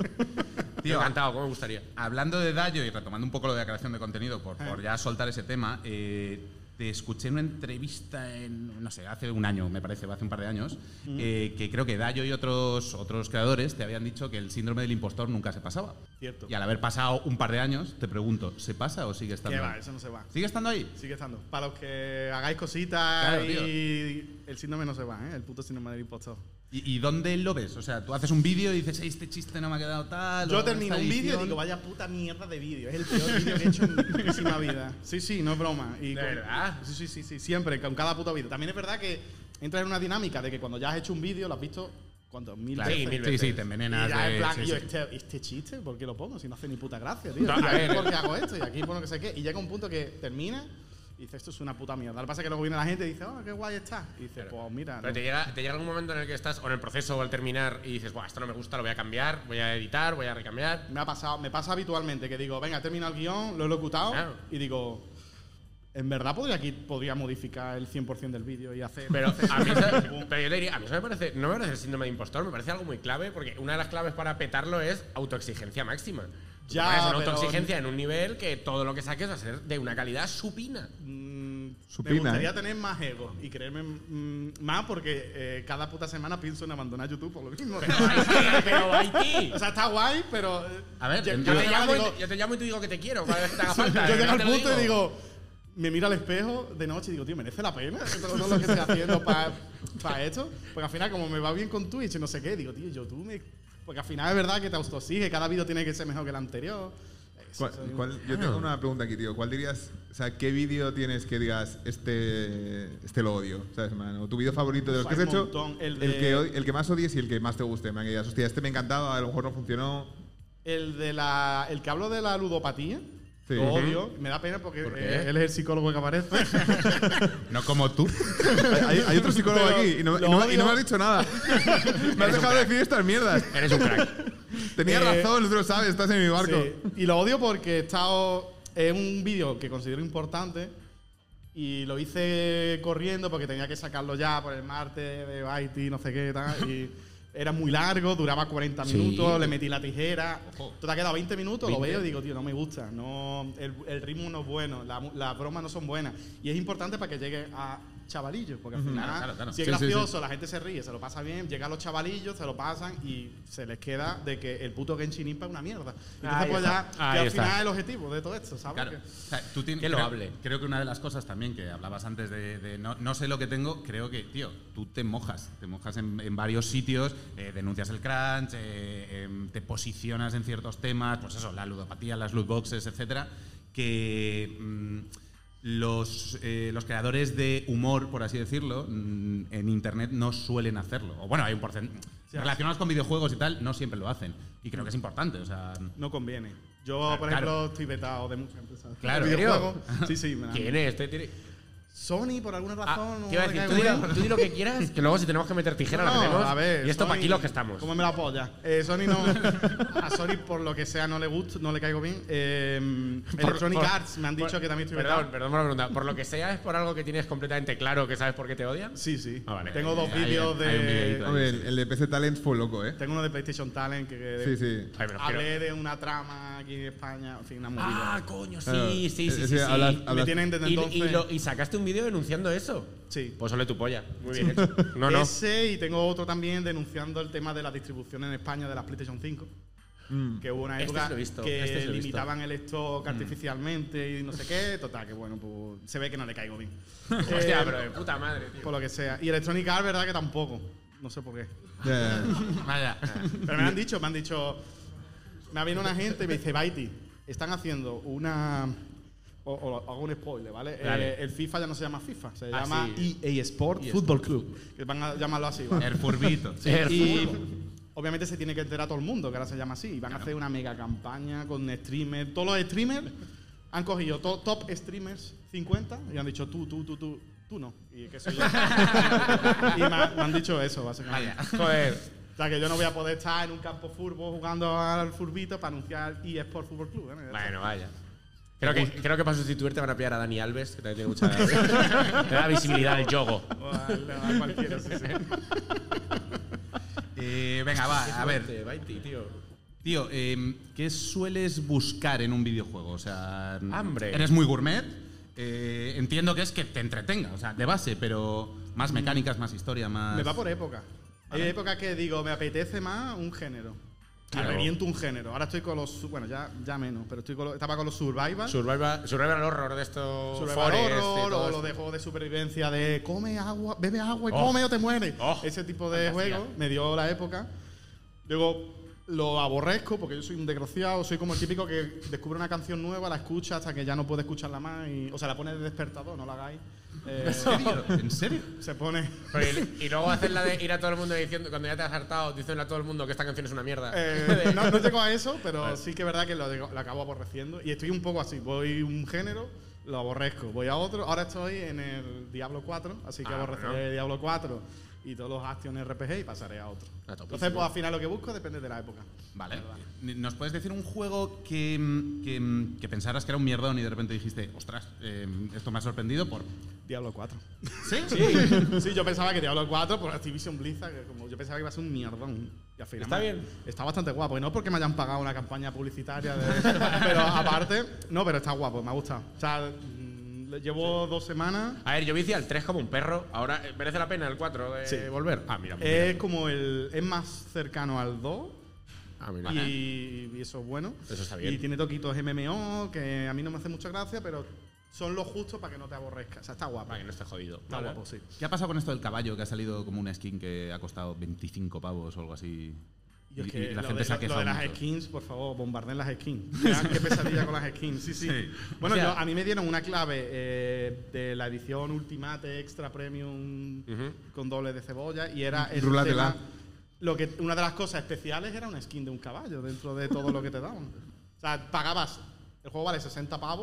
Tío, Encantado, ¿cómo me gustaría? Hablando de Dayo y retomando un poco lo de la creación de contenido, por ya soltar ese tema, te escuché en una entrevista no sé, hace un año, me parece, hace un par de años, que creo que Dayo y otros creadores te habían dicho que el síndrome del impostor nunca se pasaba. Cierto. Y al haber pasado un par de años, te pregunto, ¿se pasa o sigue estando ¿Qué ahí? va? Eso no se va. ¿Sigue estando ahí? Sigue estando. Para los que hagáis cositas Claro, y el síndrome no se va, ¿eh? El puto síndrome del impostor. ¿Y dónde lo ves? O sea, tú haces un vídeo y dices, este chiste no me ha quedado tal. Yo o termino esta un vídeo y edición". digo, vaya puta mierda de vídeo. Es el peor vídeo que he hecho en mi putísima vida. Sí, no es broma. Y ¿De verdad? Sí. Siempre, con cada puto vídeo. También es verdad que entras en una dinámica de que cuando ya has hecho un vídeo, lo has visto, ¿cuántos? Mil Claro, veces. mil sí, veces. te envenenas. Y ya de- en plan, sí, y yo, sí. este chiste, ¿por qué lo pongo? Si no hace ni puta gracia, tío. No, a ver. ¿Por qué hago esto? Y aquí pongo que sé qué. Y llega un punto que termina y dice, esto es una puta mierda. Lo que pasa es que luego viene la gente y dice, oh, qué guay está. Y dice, pues mira. Pero no. te llega algún momento en el que estás, o en el proceso o al terminar, y dices, buah, esto no me gusta, lo voy a cambiar, voy a editar, voy a recambiar. Me pasa habitualmente que digo, venga, termina el guión, lo he locutado Claro. y digo, en verdad podría modificar el 100% del vídeo y hacer. Pero a mí, pero yo te diría, a mí eso no me parece el síndrome de impostor, me parece algo muy clave, porque una de las claves para petarlo es autoexigencia máxima. Ya, Ya, es una pero- autoexigencia en un nivel que todo lo que saques va a ser de una calidad supina. Me Supina, gustaría tener más ego y creerme más porque cada puta semana pienso en abandonar YouTube por lo mismo. Pero Haití. O sea, está guay, pero. A ver, yo, yo Yo digo- te llamo y te digo que te quiero cada vez que te haga falta. yo de llego verdad al te lo punto y digo, me miro al espejo de noche y digo, tío, ¿merece la pena todo lo que estoy haciendo para esto? Porque al final, como me va bien con Twitch y no sé qué, digo, tío, YouTube me. Porque al final es verdad que te autoexige, cada vídeo tiene que ser mejor que el anterior. Yo tengo una pregunta aquí, tío. ¿Cuál dirías, o sea, qué vídeo tienes que digas, este lo odio? ¿Sabes, man? O tu vídeo favorito de los que has Hay un hecho, montón. el que más odies y el que más te guste. Man, que digas, hostia, este me encantaba, a lo mejor no funcionó. El que hablo de la ludopatía, Sí. lo odio. Me da pena porque ¿Por qué? él es el psicólogo que aparece. No como tú. Hay otro psicólogo Pero aquí y no lo me has dicho nada. Me has dejado de decir estas mierdas. Eres un crack. Tenías razón, tú lo sabes, estás en mi barco. Sí. Y lo odio porque he estado. Es un vídeo que considero importante y lo hice corriendo porque tenía que sacarlo ya por el martes de Haití, no sé qué tal. Y era muy largo, duraba 40 Sí. minutos, le metí la tijera. Te ha quedado 20 minutos, lo 20. veo y digo, tío, no me gusta. No, el ritmo no es bueno, las bromas no son buenas. Y es importante para que llegue a chavalillos, porque al final, claro. si es Sí, sí, gracioso, la gente se ríe, se lo pasa bien, llega a los chavalillos, se lo pasan y se les queda de que el puto Genshin Impact es una mierda. Entonces, Ahí pues está. ya, Ahí que al está. final es el objetivo de todo esto, ¿sabes? Claro. Que- O sea, tú tienes, Que lo hable. Creo que una de las cosas también que hablabas antes de no sé lo que tengo, creo que, tío, tú te mojas en varios sitios, denuncias el crunch, te posicionas en ciertos temas, pues eso, la ludopatía, las loot boxes, etcétera, que los creadores de humor, por así decirlo, en internet no suelen hacerlo. O bueno, hay un porcentaje. Relacionados con videojuegos y tal, no siempre lo hacen. Y creo que es importante, o sea. No conviene. Yo, por Claro. ejemplo, estoy vetado de muchas empresas. Claro. De videojuegos. Sí, me dan- ¿Quién es? Sony, por alguna razón. Te iba a no me decir, cae tú bien. di lo que quieras, que luego si tenemos que meter tijera No, la metemos. a ver, y esto para Sony, aquí los que estamos. ¿Cómo me la apoya? Sony no. A Sony, por lo que sea, no le gusta, no le caigo bien. Electronic Arts me han dicho que también estoy vetado. Perdón por la pregunta. ¿Por lo que sea es por algo que tienes completamente claro que sabes por qué te odian? Sí. Ah, vale. Tengo dos Hay- vídeos hay un de. videíto ahí. Hombre, el de PC Talent fue loco, ¿eh? Tengo uno de PlayStation Talent que. Sí, sí. Ay, pero Hablé de una trama aquí en España, en fin, una movida. Ah, coño, Claro. sí. Me tienen desde entonces. Y sacaste un vídeo denunciando eso. Sí. Pues ole tu polla. Muy bien hecho. No. Ese y tengo otro también denunciando el tema de la distribución en España de las PlayStation 5. Que hubo una Este época sí lo he visto, que este sí lo he visto. limitaban el stock artificialmente y no sé qué. Total, que bueno, pues se ve que no le caigo bien. Hostia, pero de puta madre, tío. Por lo que sea. Y Electronic Arts, verdad que tampoco. No sé por qué. Vaya. Pero me han dicho, me ha venido una gente y me dice, Baiti, están haciendo una... O hago un spoiler, ¿vale? El FIFA ya no se llama FIFA, se llama sí. EA Sport Football Club. Que van a llamarlo así, ¿vale? El furbito. Y obviamente se tiene que enterar todo el mundo que ahora se llama así. Y van a hacer una mega campaña con streamers. Todos los streamers han cogido top streamers 50 y han dicho tú no. Y que soy yo. Y me han dicho eso, básicamente. Joder. O sea, que yo no voy a poder estar en un campo furbo jugando al furbito para anunciar EA Sport Football Club. Bueno, vaya. Creo que para sustituirte van a pillar a Dani Alves, que también tiene mucha le da visibilidad al yogo. A cualquiera, sí. Venga, va, a ver. Baiti, tío. Tío, ¿qué sueles buscar en un videojuego? O sea, Hambre. Eres muy gourmet. Entiendo que es que te entretenga, o sea, de base, pero más mecánicas, más historia, más. Me va por época. Hay épocas que digo, me apetece más un género. Claro. Y reviento un género. Ahora estoy con los. Bueno, ya menos, pero estaba con los Survival. Survival Horror de estos. Survival Forest y Horror, todo o esto. lo de juegos de supervivencia de come agua, bebe agua y come o te mueres. Ese tipo de fantasía. juegos me dio la época. Luego lo aborrezco porque yo soy un desgraciado, soy como el típico que descubre una canción nueva, la escucha hasta que ya no puede escucharla más. O sea, la pone de despertador, no la hagáis. ¿En serio? ¿En serio? Se pone. Y luego haces la de ir a todo el mundo diciendo, cuando ya te has hartado, diciendo a todo el mundo que esta canción es una mierda. No llego a eso, pero sí que es verdad que lo acabo aborreciendo. Y estoy un poco así. Voy un género, lo aborrezco. Voy a otro. Ahora estoy en el Diablo 4, así que aborreceré Diablo 4 y todos los action RPG y pasaré a otro. Entonces, pues al final lo que busco depende de la época. Vale. ¿Nos puedes decir un juego que pensaras que era un mierdón y de repente dijiste, ostras, esto me ha sorprendido por. Diablo 4. ¿Sí? Sí, yo pensaba que Diablo 4 por Activision Blizzard, que como yo pensaba que iba a ser un mierdón. Y al final ¿Está bien? Está bastante guapo. Y no porque me hayan pagado una campaña publicitaria, pero aparte, no, pero está guapo, me ha gustado. O sea, llevo 2 semanas. A ver, yo vicí al 3 como un perro. Ahora, ¿merece la pena el 4 de volver? Ah, mira. Es como es más cercano al 2. Ah, mira. Y eso es bueno. Eso está bien. Y tiene toquitos MMO, que a mí no me hace mucha gracia, pero son lo justo para que no te aborrezcas. O sea, está guapo. Para que no esté jodido. Está guapo, sí. ¿Qué ha pasado con esto del caballo que ha salido como una skin que ha costado 25 pavos o algo así? Y es que la lo gente se ha lo quejado de las mucho. skins, por favor, bombarden las skins. Qué pesadilla con las skins, sí. Bueno, O sea, a mí me dieron una clave de la edición Ultimate Extra Premium con doble de cebolla y era el Rúlatela. tema. Una de las cosas especiales era una skin de un caballo dentro de todo lo que te daban. O sea, pagabas, el juego vale 60 pavos.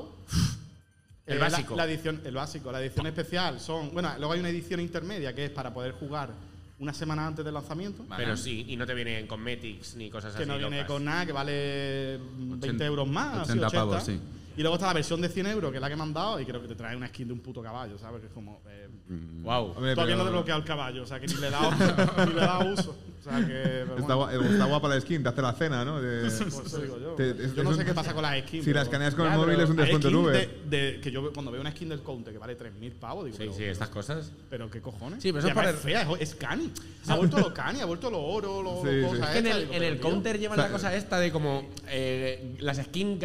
El básico. La edición especial son. Bueno, luego hay una edición intermedia que es para poder jugar una semana antes del lanzamiento. Vale. Pero sí, y no te vienen cosmetics ni cosas Que así. no viene locas. con nada, que vale 20 euros más, 80 80 pavos, sí. Y luego está la versión de 100 euros, que es la que me han dado, y creo que te trae una skin de un puto caballo, ¿sabes? Que es como. Wow. Hombre, Todavía pero no he desbloqueado el caballo, o sea, que ni le he dado, ni le he dado uso. O sea, que. Pero está, bueno, está guapa la skin, te hace la cena, ¿no? pues eso digo yo. es Yo no un- sé qué pasa con las skins. Si la pero- escaneas con el Ya, móvil pero es un hay descuento en skins Uber. que yo cuando veo una skin del Counter que vale 3.000 pavos, digo, Sí, pero, sí, estas cosas. pero ¿qué cojones? Sí, pero eso Y además es es fea, es cani. Ha vuelto lo cani, ha vuelto lo oro, lo Sí, sí. cosas Es que en estas, el, digo, en el pero, tío, counter llevan O sea, la cosa esta de como las skins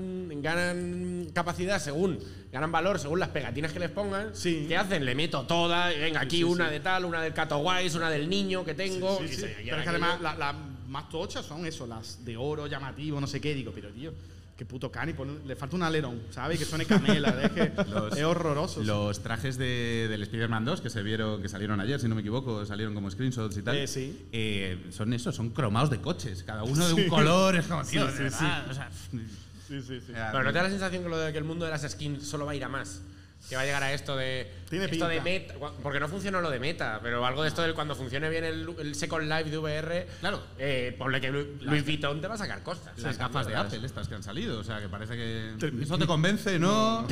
ganan capacidad según, ganan valor según las pegatinas que les pongan. Sí. ¿Qué hacen? Le meto todas, y venga, aquí sí, una sí. de tal, una del Cato Wise, una del niño que tengo. Sí, y sí. se Pero llena es que aquello. además las más tochas son eso, las de oro llamativo, no sé qué. Digo, pero tío, qué puto cani, le falta un alerón, ¿sabes? Que suene canela, es que es horroroso. Los trajes del Spider-Man 2 que salieron ayer, si no me equivoco, salieron como screenshots y tal. Sí. Son eso, son cromados de coches, cada uno de un color, es como, tío, Sí, de sí, verdad, o sea, Sí, sí, sí. Pero no te da la sensación que lo de que el mundo de las skins solo va a ir a más. Que va a llegar a esto de. Tiene esto de pinta. meta. Porque no funcionó lo de meta, pero algo de esto del cuando funcione bien el Second Life de VR. Claro. Ponle que Louis Vuitton te va a sacar cosas. las gafas de Apple estas que han salido, o sea, que parece que 3.000. eso te convence, ¿no?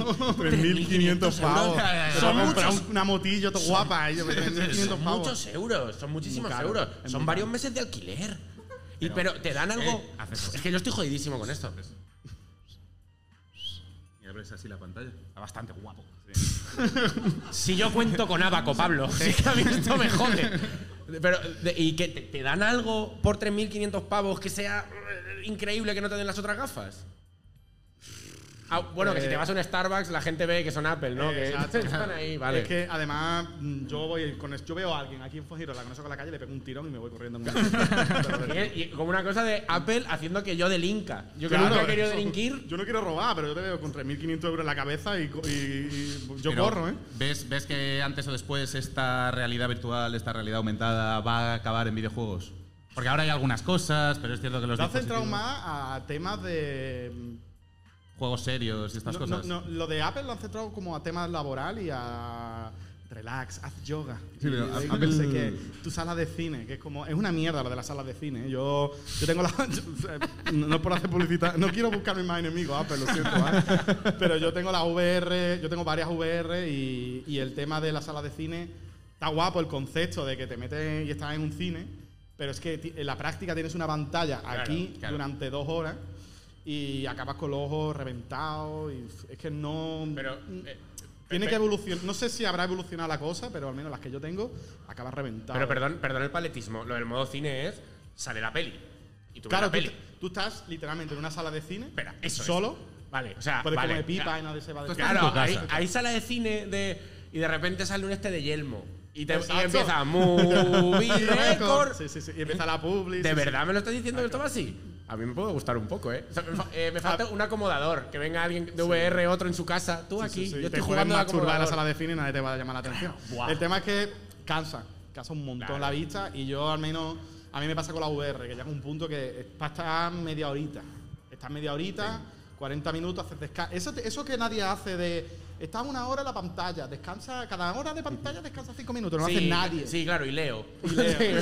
3.500 pavos. Son Son muchos. una motillo toda guapa, y yo, 3.500 Son pavos. muchos euros, son muchísimos Muy caro, euros. es Son muy varios caro. meses de alquiler. Pero te dan algo. Es que yo estoy jodidísimo con esto. Y abres así la pantalla. Está bastante guapo. Si yo cuento con Abaco, Pablo, sí que a mí esto me jode. Pero, ¿y que te dan algo por 3.500 pavos que sea increíble que no te den las otras gafas? Bueno, que si te vas a un Starbucks la gente ve que son Apple, ¿no? Que están ahí, vale. Es que además yo veo a alguien aquí en Fuengirola, la conozco con la calle, le pego un tirón y me voy corriendo. Y como una cosa de Apple haciendo que yo delinca. Yo que nunca he querido delinquir. Yo no quiero robar, pero yo te veo con 3.500 euros en la cabeza y yo pero corro, ¿eh? ¿Ves que antes o después esta realidad virtual, esta realidad aumentada va a acabar en videojuegos? Porque ahora hay algunas cosas, pero es cierto que los dispositivos... Te has centrado más a temas de... juegos serios y estas cosas. No, lo de Apple lo han centrado como a temas laboral y a relax, haz yoga. Sí, pero Apple sé que tu sala de cine, que es una mierda lo de las salas de cine. Yo tengo no es por hacer publicidad, no quiero buscarme más enemigos, Apple, lo siento, ¿eh? Pero yo tengo la VR, yo tengo varias VR y el tema de la sala de cine está guapo el concepto de que te metes y estás en un cine, pero es que en la práctica tienes una pantalla aquí durante 2 horas. Y acabas con los ojos reventados y es que no... Pero... tiene que evolucionar. No sé si habrá evolucionado la cosa, pero al menos las que yo tengo, acabas reventado. Pero perdón el paletismo. Lo del modo cine es... Sale la peli. Y tú ves claro, la peli. Tú estás literalmente en una sala de cine. Espera, eso solo. Vale, o sea... Puedes vale, comer pipa y nadie se va de claro, hay sala de cine y de repente sale un de Yelmo. Y empieza Movie Record. Sí. Y empieza la publi. ¿De verdad me lo estás diciendo que esto va así? A mí me puede gustar un poco, ¿eh? O sea, me falta un acomodador. Que venga alguien de VR, otro en su casa. Tú aquí. Yo estoy jugando a la en la sala de cine y nadie te va a llamar la atención. El tema es que cansa un montón la vista. Y yo, al menos, a mí me pasa con la VR, que llega un punto que es para estar media horita. Estás media horita, 40 minutos, haces descanso. Eso que nadie hace de... Estás 1 hora en la pantalla, descansa, cada hora de pantalla descansa 5 minutos, no lo hace nadie. Sí, claro, y leo. No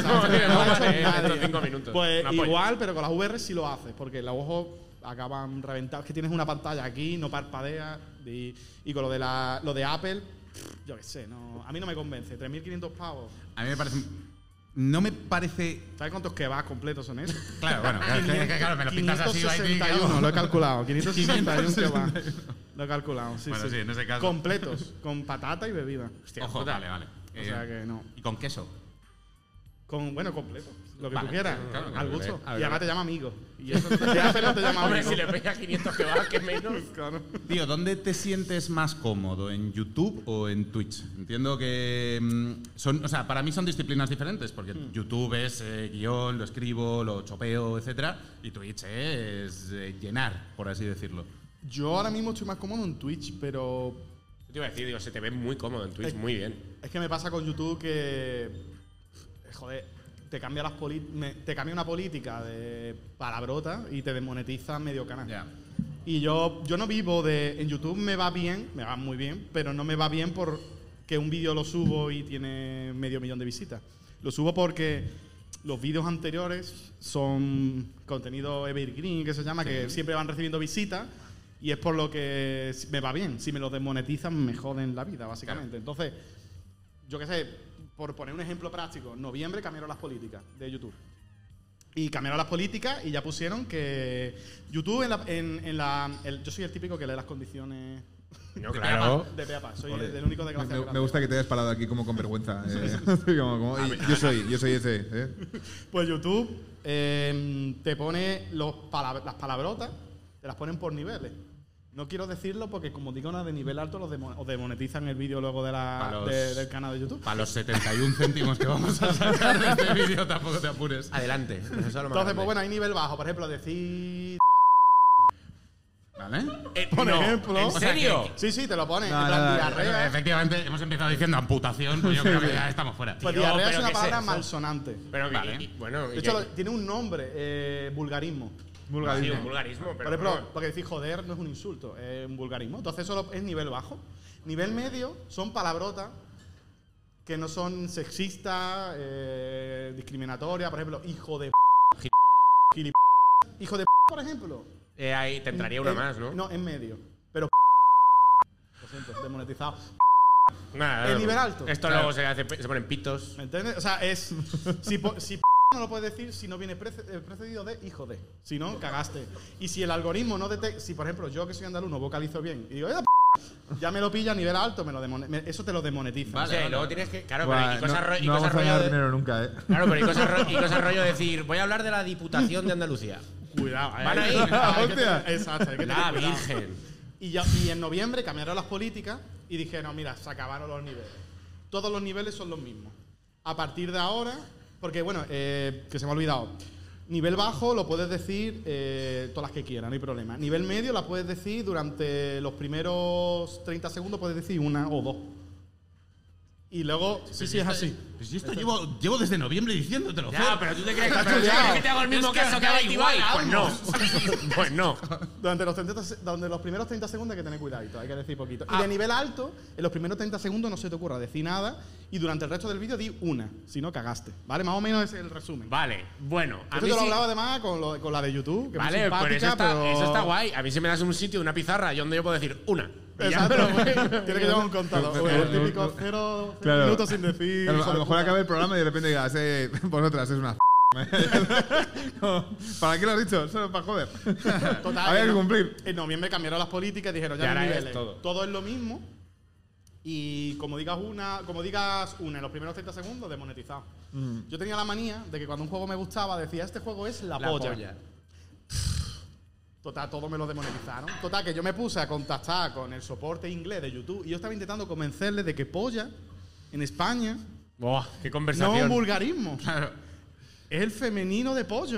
hace 5 minutos. Pues igual, pero con las VR sí lo haces, porque los ojos acaban reventados. Es que tienes una pantalla aquí, no parpadeas. Y con lo de Apple, yo qué sé, no, a mí no me convence. 3.500 pavos. A mí me parece... No me parece... ¿Sabes cuántos kebabs completos son esos? Claro, bueno, claro, me lo pintas así. 561, lo he calculado. 561 kebabs. Lo he calculado, sí. Bueno, sí, en ese caso. Completos, con patata y bebida. Hostia, ojo, vale. O sea que no. ¿Y con queso? Completo. Lo que tú quieras, claro, al gusto. A ver, y además te llama amigo. Y eso te llama amigo. Hombre, si le pegas 500 que va, que menos. Claro. Tío, ¿dónde te sientes más cómodo? ¿En YouTube o en Twitch? Entiendo que son... O sea, para mí son disciplinas diferentes, porque YouTube es guión, lo escribo, lo chopeo, etcétera, y Twitch es llenar, por así decirlo. Yo ahora mismo estoy más cómodo en Twitch, pero... Te iba a decir, se te ve muy cómodo en Twitch, muy bien. Es que me pasa con YouTube que... Joder, te cambia una política de palabrota y te desmonetiza medio canal. Yeah. Y yo no vivo de... En YouTube me va muy bien, pero no me va bien porque un vídeo lo subo y tiene 500.000 de visitas. Lo subo porque los vídeos anteriores son contenido evergreen, que se llama, que siempre van recibiendo visitas. Y es por lo que me va bien. Si me lo desmonetizan, me joden la vida, básicamente. Claro. Entonces, yo qué sé, por poner un ejemplo práctico, en noviembre cambiaron las políticas de YouTube. Y cambiaron las políticas y ya pusieron que YouTube yo soy el típico que lee las condiciones No, claro. de Peapa. Soy el único de clase. Me gusta que te hayas parado aquí como con vergüenza. Yo soy ese. Pues YouTube te pone las palabrotas, te las ponen por niveles. No quiero decirlo porque, como digo, una de nivel alto os demonetizan el vídeo luego del canal de YouTube. Para los 71 céntimos que vamos a sacar de este vídeo tampoco te apures. Adelante. Entonces, pues bueno, hay nivel bajo. Por ejemplo, decir... ¿Vale? Por ejemplo. ¿En serio? Sí, te lo pone. Diarrea. Efectivamente, hemos empezado diciendo amputación, pues yo creo que ya estamos fuera. Pues diarrea es una palabra malsonante. Pero vale. De hecho, tiene un nombre, vulgarismo. Sí, un vulgarismo, pero por ejemplo, porque decir joder no es un insulto, es un vulgarismo. Entonces eso es nivel bajo. Nivel medio son palabrotas que no son sexistas, discriminatorias. Por ejemplo, hijo de hijo de por ejemplo. Ahí te entraría una más, ¿no? No, en medio. Pero lo siento, desmonetizado. El nivel alto. Esto luego se ponen pitos. ¿Me entiendes? O sea, es si no lo puedes decir si no viene precedido de hijo de. Si no, cagaste. Y si el algoritmo no detecta... Si, por ejemplo, yo que soy andaluz no vocalizo bien y digo, Ya me lo pilla a nivel alto, eso te lo demonetiza. Vale, luego tienes que. Claro, Buah, pero y cosas, no y vamos cosas a rollo. ganar dinero nunca, ¿eh? Claro, pero y cosas rollo de decir, voy a hablar de la Diputación de Andalucía. Cuidado, Van ahí. Exacto, hay que La tener cuidado. Virgen. Y en noviembre cambiaron las políticas y dijeron, mira, se acabaron los niveles. Todos los niveles son los mismos. A partir de ahora, porque bueno, que se me ha olvidado. Nivel bajo lo puedes decir todas las que quieras, no hay problema. Nivel medio la puedes decir durante los primeros 30 segundos, puedes decir una o dos. Y luego, sí, es así. Pues si esto llevo desde noviembre diciéndotelo. Ya, pero tú te crees Está chuleado. que te hago el mismo caso que a Ibai. Pues no. Pues no. Durante los primeros 30 segundos hay que tener cuidadito, hay que decir poquito. Y de nivel alto, en los primeros 30 segundos no se te ocurra decir nada y durante el resto del vídeo di una, si no cagaste. ¿Vale? Más o menos ese es el resumen. Vale, bueno. A Esto mí te lo sí. hablaba además con la de YouTube, que Vale, es pero simpática, pero eso está guay. A mí si me das un sitio, una pizarra, donde yo puedo decir una. Y ya Exacto. me lo voy. Tiene que llevar un contador. El típico 0 Claro. minutos sin decir. A lo mejor acabe el programa y de repente digas, vosotras, es una No, ¿para qué lo has dicho? Solo para joder. Total, Había que cumplir. En noviembre cambiaron las políticas y dijeron, Y ya no ahora hay es niveles. todo. Es lo mismo. Y como digas una en los primeros 30 segundos, demonetizado. Yo tenía la manía de que cuando un juego me gustaba, decía, este juego es la polla. Total, todo me lo demonetizaron. Total, que yo me puse a contactar con el soporte inglés de YouTube y yo estaba intentando convencerles de que polla en España Buah, qué no es conversación. un vulgarismo. Es el femenino de pollo.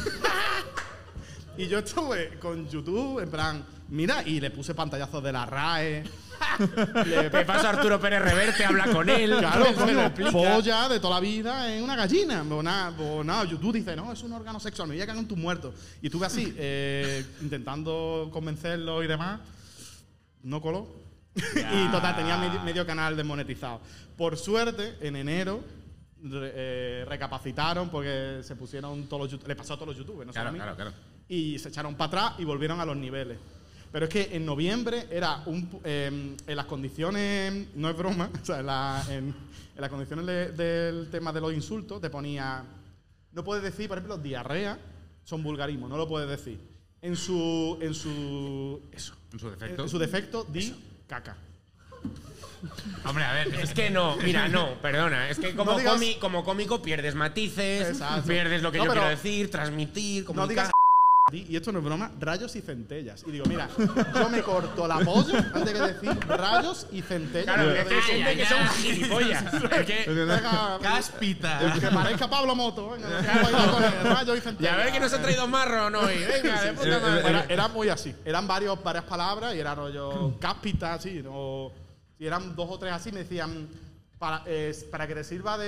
Y yo estuve con YouTube, en plan, mira, y le puse pantallazos de la RAE. Te paso a Arturo Pérez Reverte, habla con él. Claro, se lo coño, explica. polla de toda la vida es una gallina. Pues nada, YouTube dice, no, es un órgano sexual, me voy a cagar en tus muertos. Y estuve así, intentando convencerlo y demás. No coló. Y total, tenía medio canal desmonetizado. Por suerte, en enero recapacitaron porque se pusieron todos los le pasó a todos los youtubers, no solo a mí. Claro. Y se echaron para atrás y volvieron a los niveles. Pero es que en noviembre era en las condiciones, no es broma, o sea, en las condiciones del tema de los insultos te ponía, no puedes decir, por ejemplo, diarrea, son vulgarismos, no lo puedes decir. En su defecto, di caca. Hombre, a ver. Es que no, mira, no, perdona. Es que como, No digas- como cómico pierdes matices, Exacto. pierdes lo que No, yo pero- quiero decir, transmitir, No comunicar. digas y esto no es broma, rayos y centellas. Y digo, mira, yo me corto la polla antes que decir rayos y centellas. Claro, Yo es que hay digo, gente que son gilipollas. Es que- venga, Cáspita. que parezca Pablo Moto. Venga, voy a con el rayos y y centellas. a ver que nos ha traído marrón hoy. Venga, de puta madre. Era muy así. Eran varias palabras y era rollo cáspita, así. O si eran dos o tres así, me decían, para que te sirva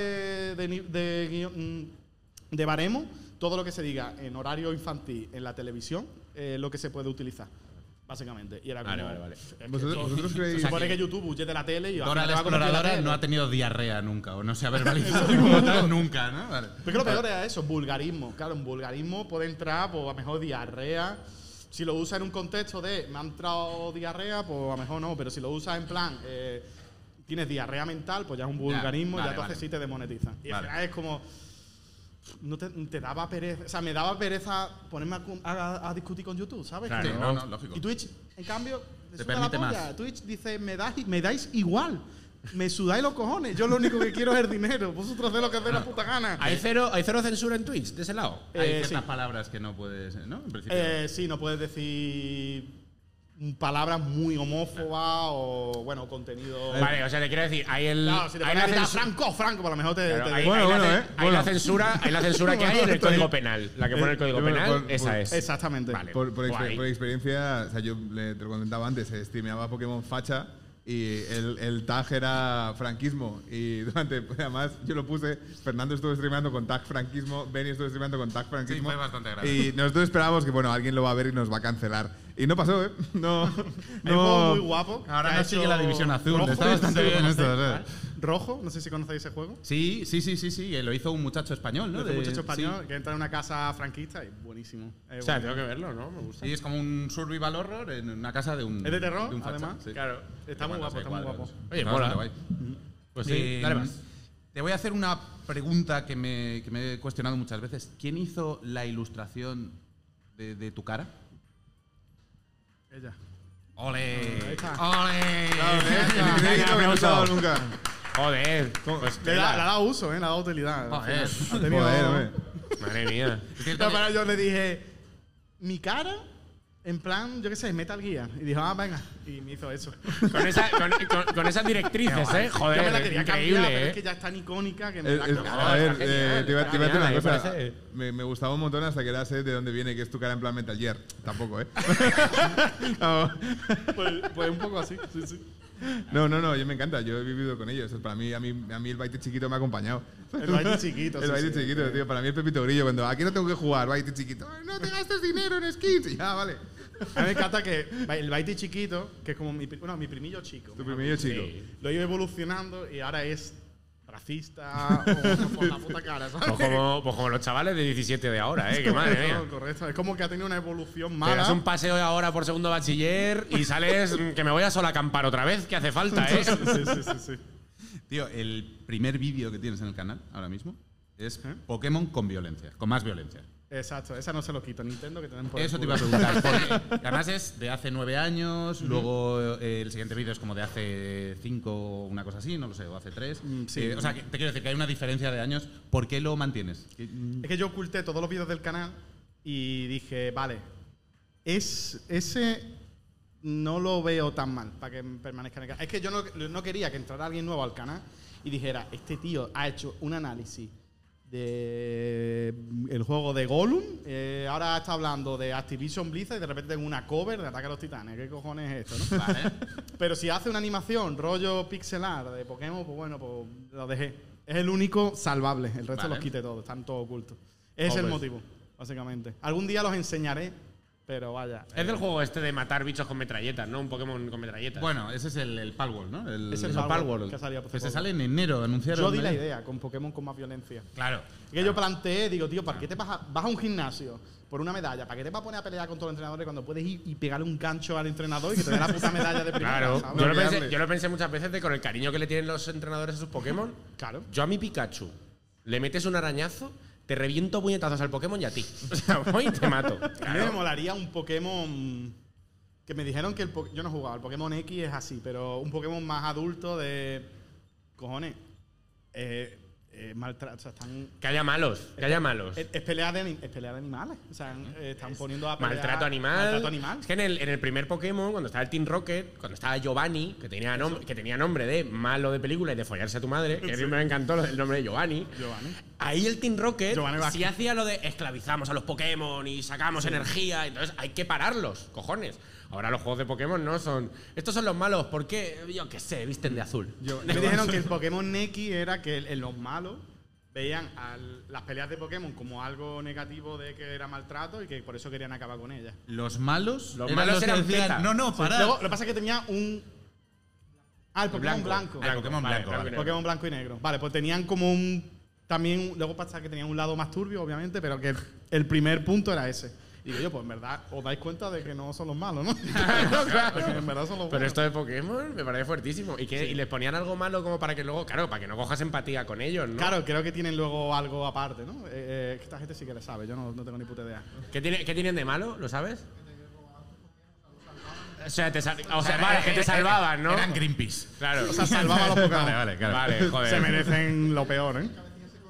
de baremo, todo lo que se diga en horario infantil en la televisión es lo que se puede utilizar, básicamente. Y era como, Vale. es que ¿Vosotros creéis? se supone que YouTube huye de la tele y Dora la al final va a conocer exploradora tele. no ha tenido diarrea nunca, o no se ha verbalizado como tal nunca, ¿no? Vale. Pero es que lo peor era eso, vulgarismo. Claro, en vulgarismo puede entrar, pues a lo mejor diarrea. Si lo usas en un contexto de me ha entrado diarrea, pues a lo mejor no. Pero si lo usas en plan, tienes diarrea mental, pues ya es un vulgarismo, vale, ya entonces vale. sí te demonetizan. Y al Vale. final es como. No te daba pereza. O sea, me daba pereza ponerme a discutir con YouTube, ¿sabes? Claro. Sí, no, lógico. Y Twitch, en cambio, Te suda la permite polla. más. Twitch dice, me dais igual. Me sudáis los cojones. Yo lo único que quiero es el dinero. Vosotros hacéis lo que os dé la puta gana. ¿Hay cero censura en Twitch de ese lado? Hay sí. ciertas palabras que no puedes, ¿no? En principio. Sí, no puedes decir palabras muy homófobas o, bueno, contenido. Vale, o sea, te quiero decir, hay el. Claro, si te hay pones a la gritar censura. Franco, por lo mejor te. Claro, te hay, digo. hay Bueno, la, bueno, hay bueno. la censura que hay en el Estoy- Código Penal. La que pone el Código Bueno, Penal, por- esa es. Exactamente. Vale. Por Guay. experiencia, o sea, yo te lo comentaba antes, streameaba Pokémon Facha y el tag era franquismo. Y además, yo lo puse, Fernando estuvo streameando con tag franquismo, Benny estuvo streameando con tag franquismo. fue bastante grave. Y nosotros esperábamos que, bueno, alguien lo va a ver y nos va a cancelar. Y no pasó, ¿eh? No. Hay un juego muy no. guapo. Ahora que no ha sigue hecho la División Azul. Rojo, Está bastante no sé si bien lo esto, conocéis. ¿sabes? Rojo, no sé si conocéis ese juego. Sí, lo hizo un muchacho español, ¿no? Este muchacho español Sí. que entra en una casa franquista y buenísimo. O sea, tengo que verlo, ¿no? Me gusta. Sí, es como un survival horror en una casa de un. ¿Es de terror, un facha, además? sí. Claro. Está muy guapo, está muy guapo. Oye, Está mola. bastante guay. Pues sí, dale más. Te voy a hacer una pregunta que me he cuestionado muchas veces. ¿Quién hizo la ilustración de tu cara? Ella. ¡Ole! Ahí está. ¡Ole! El crédito que no se ha dado nunca. Joder. Pues Le ha dado uso, le ha dado utilidad. Joder. Ha tenido- Joder, hombre. Madre mía. No, pero yo le dije, mi cara, en plan, yo qué sé, Metal Gear. Y dijo, venga. Y me hizo eso. Con esas directrices, Joder, yo me la quería increíble, cambiar, pero es que ya es tan icónica que me la A ver, está genial, te iba a está decir una genial, cosa. me parece. Me gustaba un montón hasta que era sé de dónde viene, que es tu cara en plan Metal Gear. Tampoco, ¿eh? Pues un poco así, sí, sí. No, yo me encanta. Yo he vivido con ellos. Para mí, a mí el baile chiquito me ha acompañado. El baile chiquito, El sí, baile sí. chiquito, tío. Para mí el Pepito Grillo. Cuando aquí no tengo que jugar, baile chiquito. "Ay, no te gastes dinero en skins. Y ya, vale. A mí me encanta que el baile chiquito, que es como mi primillo chico. Tu primillo chico. Lo he ido evolucionando y ahora es racista o por la puta cara, ¿sabes? Pues como los chavales de 17 de ahora, que madre mía. Correcto. Es como que ha tenido una evolución Te mala. das un paseo ahora por segundo bachiller y sales que me voy a sola acampar otra vez, que hace falta, Sí. Tío, el primer vídeo que tienes en el canal ahora mismo es Pokémon con violencia, con más violencia. Exacto, esa no se lo quito. Nintendo que te den por Eso el te iba a culo. preguntar. Porque además es de hace 9 años, luego el siguiente vídeo es como de hace 5, una cosa así, no lo sé, o hace 3. sí. O sea, que te quiero decir que hay una diferencia de años. ¿Por qué lo mantienes? Es que yo oculté todos los vídeos del canal y dije, vale, ese no lo veo tan mal para que permanezca en el canal. Es que yo no quería que entrara alguien nuevo al canal y dijera, este tío ha hecho un análisis de el juego de Gollum, ahora está hablando de Activision Blizzard y de repente tengo una cover de Ataque a los Titanes. ¿Qué cojones es esto, no? Vale. Pero si hace una animación rollo pixelar de Pokémon, pues bueno, pues lo dejé. Es el único salvable, el resto Vale. los quité todos, están todos ocultos. Ese es el Pues. motivo, básicamente. Algún día los enseñaré, pero vaya. Es del juego este de matar bichos con metralletas, ¿no? Un Pokémon con metralletas. Bueno, ese es el Palworld, ¿no? Es el Palworld. Palworld que ha salido hace Pues se poco. sale en enero, anunciaron. Yo di la idea con Pokémon con más violencia. Claro. Que yo planteé, digo, tío, ¿para qué te vas a un gimnasio por una medalla? ¿Para qué te vas a poner a pelear con todos los entrenadores cuando puedes ir y pegarle un gancho al entrenador y que te dé la puta medalla de primera? Claro, ¿sabes? yo lo pensé muchas veces de con el cariño que le tienen los entrenadores a sus Pokémon. Claro. Yo a mi Pikachu le metes un arañazo, te reviento puñetazos al Pokémon y a ti. O sea, voy y te mato. A mí me molaría un Pokémon que me dijeron que yo no he jugado, el Pokémon X es así, pero un Pokémon más adulto de cojones. Maltrato, o sea, están Que haya malos, que haya malos. es pelea de animales, o sea, están poniendo a pelear Maltrato animal. Maltrato animal. Es que en el primer Pokémon, cuando estaba el Team Rocket, cuando estaba Giovanni, que tenía nombre de malo de película y de follarse a tu madre, que a mí me encantó el nombre de Giovanni. Ahí el Team Rocket Giovanni Vázquez. sí hacía lo de esclavizamos a los Pokémon y sacamos energía, entonces hay que pararlos, cojones. Ahora los juegos de Pokémon no son. Estos son los malos, ¿por qué? Yo qué sé, visten de azul. Me dijeron que el Pokémon X era que en los malos veían las peleas de Pokémon como algo negativo de que era maltrato y que por eso querían acabar con ellas. Los malos. Los malos que eran decían, Zeta. no, para. Luego, lo que pasa es que tenía un. El Pokémon blanco. Ah, el Pokémon Vale, blanco, vale. y negro. Pokémon blanco y negro. Vale, pues tenían como un. También, luego pasa que tenían un lado más turbio, obviamente, pero que el primer punto era ese. Y digo yo, pues en verdad os dais cuenta de que no son los malos, ¿no? Porque en verdad son los Pero buenos. esto de Pokémon me parece fuertísimo. ¿Y les ponían algo malo como para que luego, claro, para que no cojas empatía con ellos, ¿no? Claro, creo que tienen luego algo aparte, ¿no? Que esta gente sí que le sabe, yo no tengo ni puta idea. ¿Qué tienen de malo? ¿Lo sabes? O sea, vale, que te salvaban, ¿no? Eran Greenpeace. Claro. O sea, salvaba a los Pokémon. Vale, claro. Vale, joder. Se merecen lo peor, ¿eh?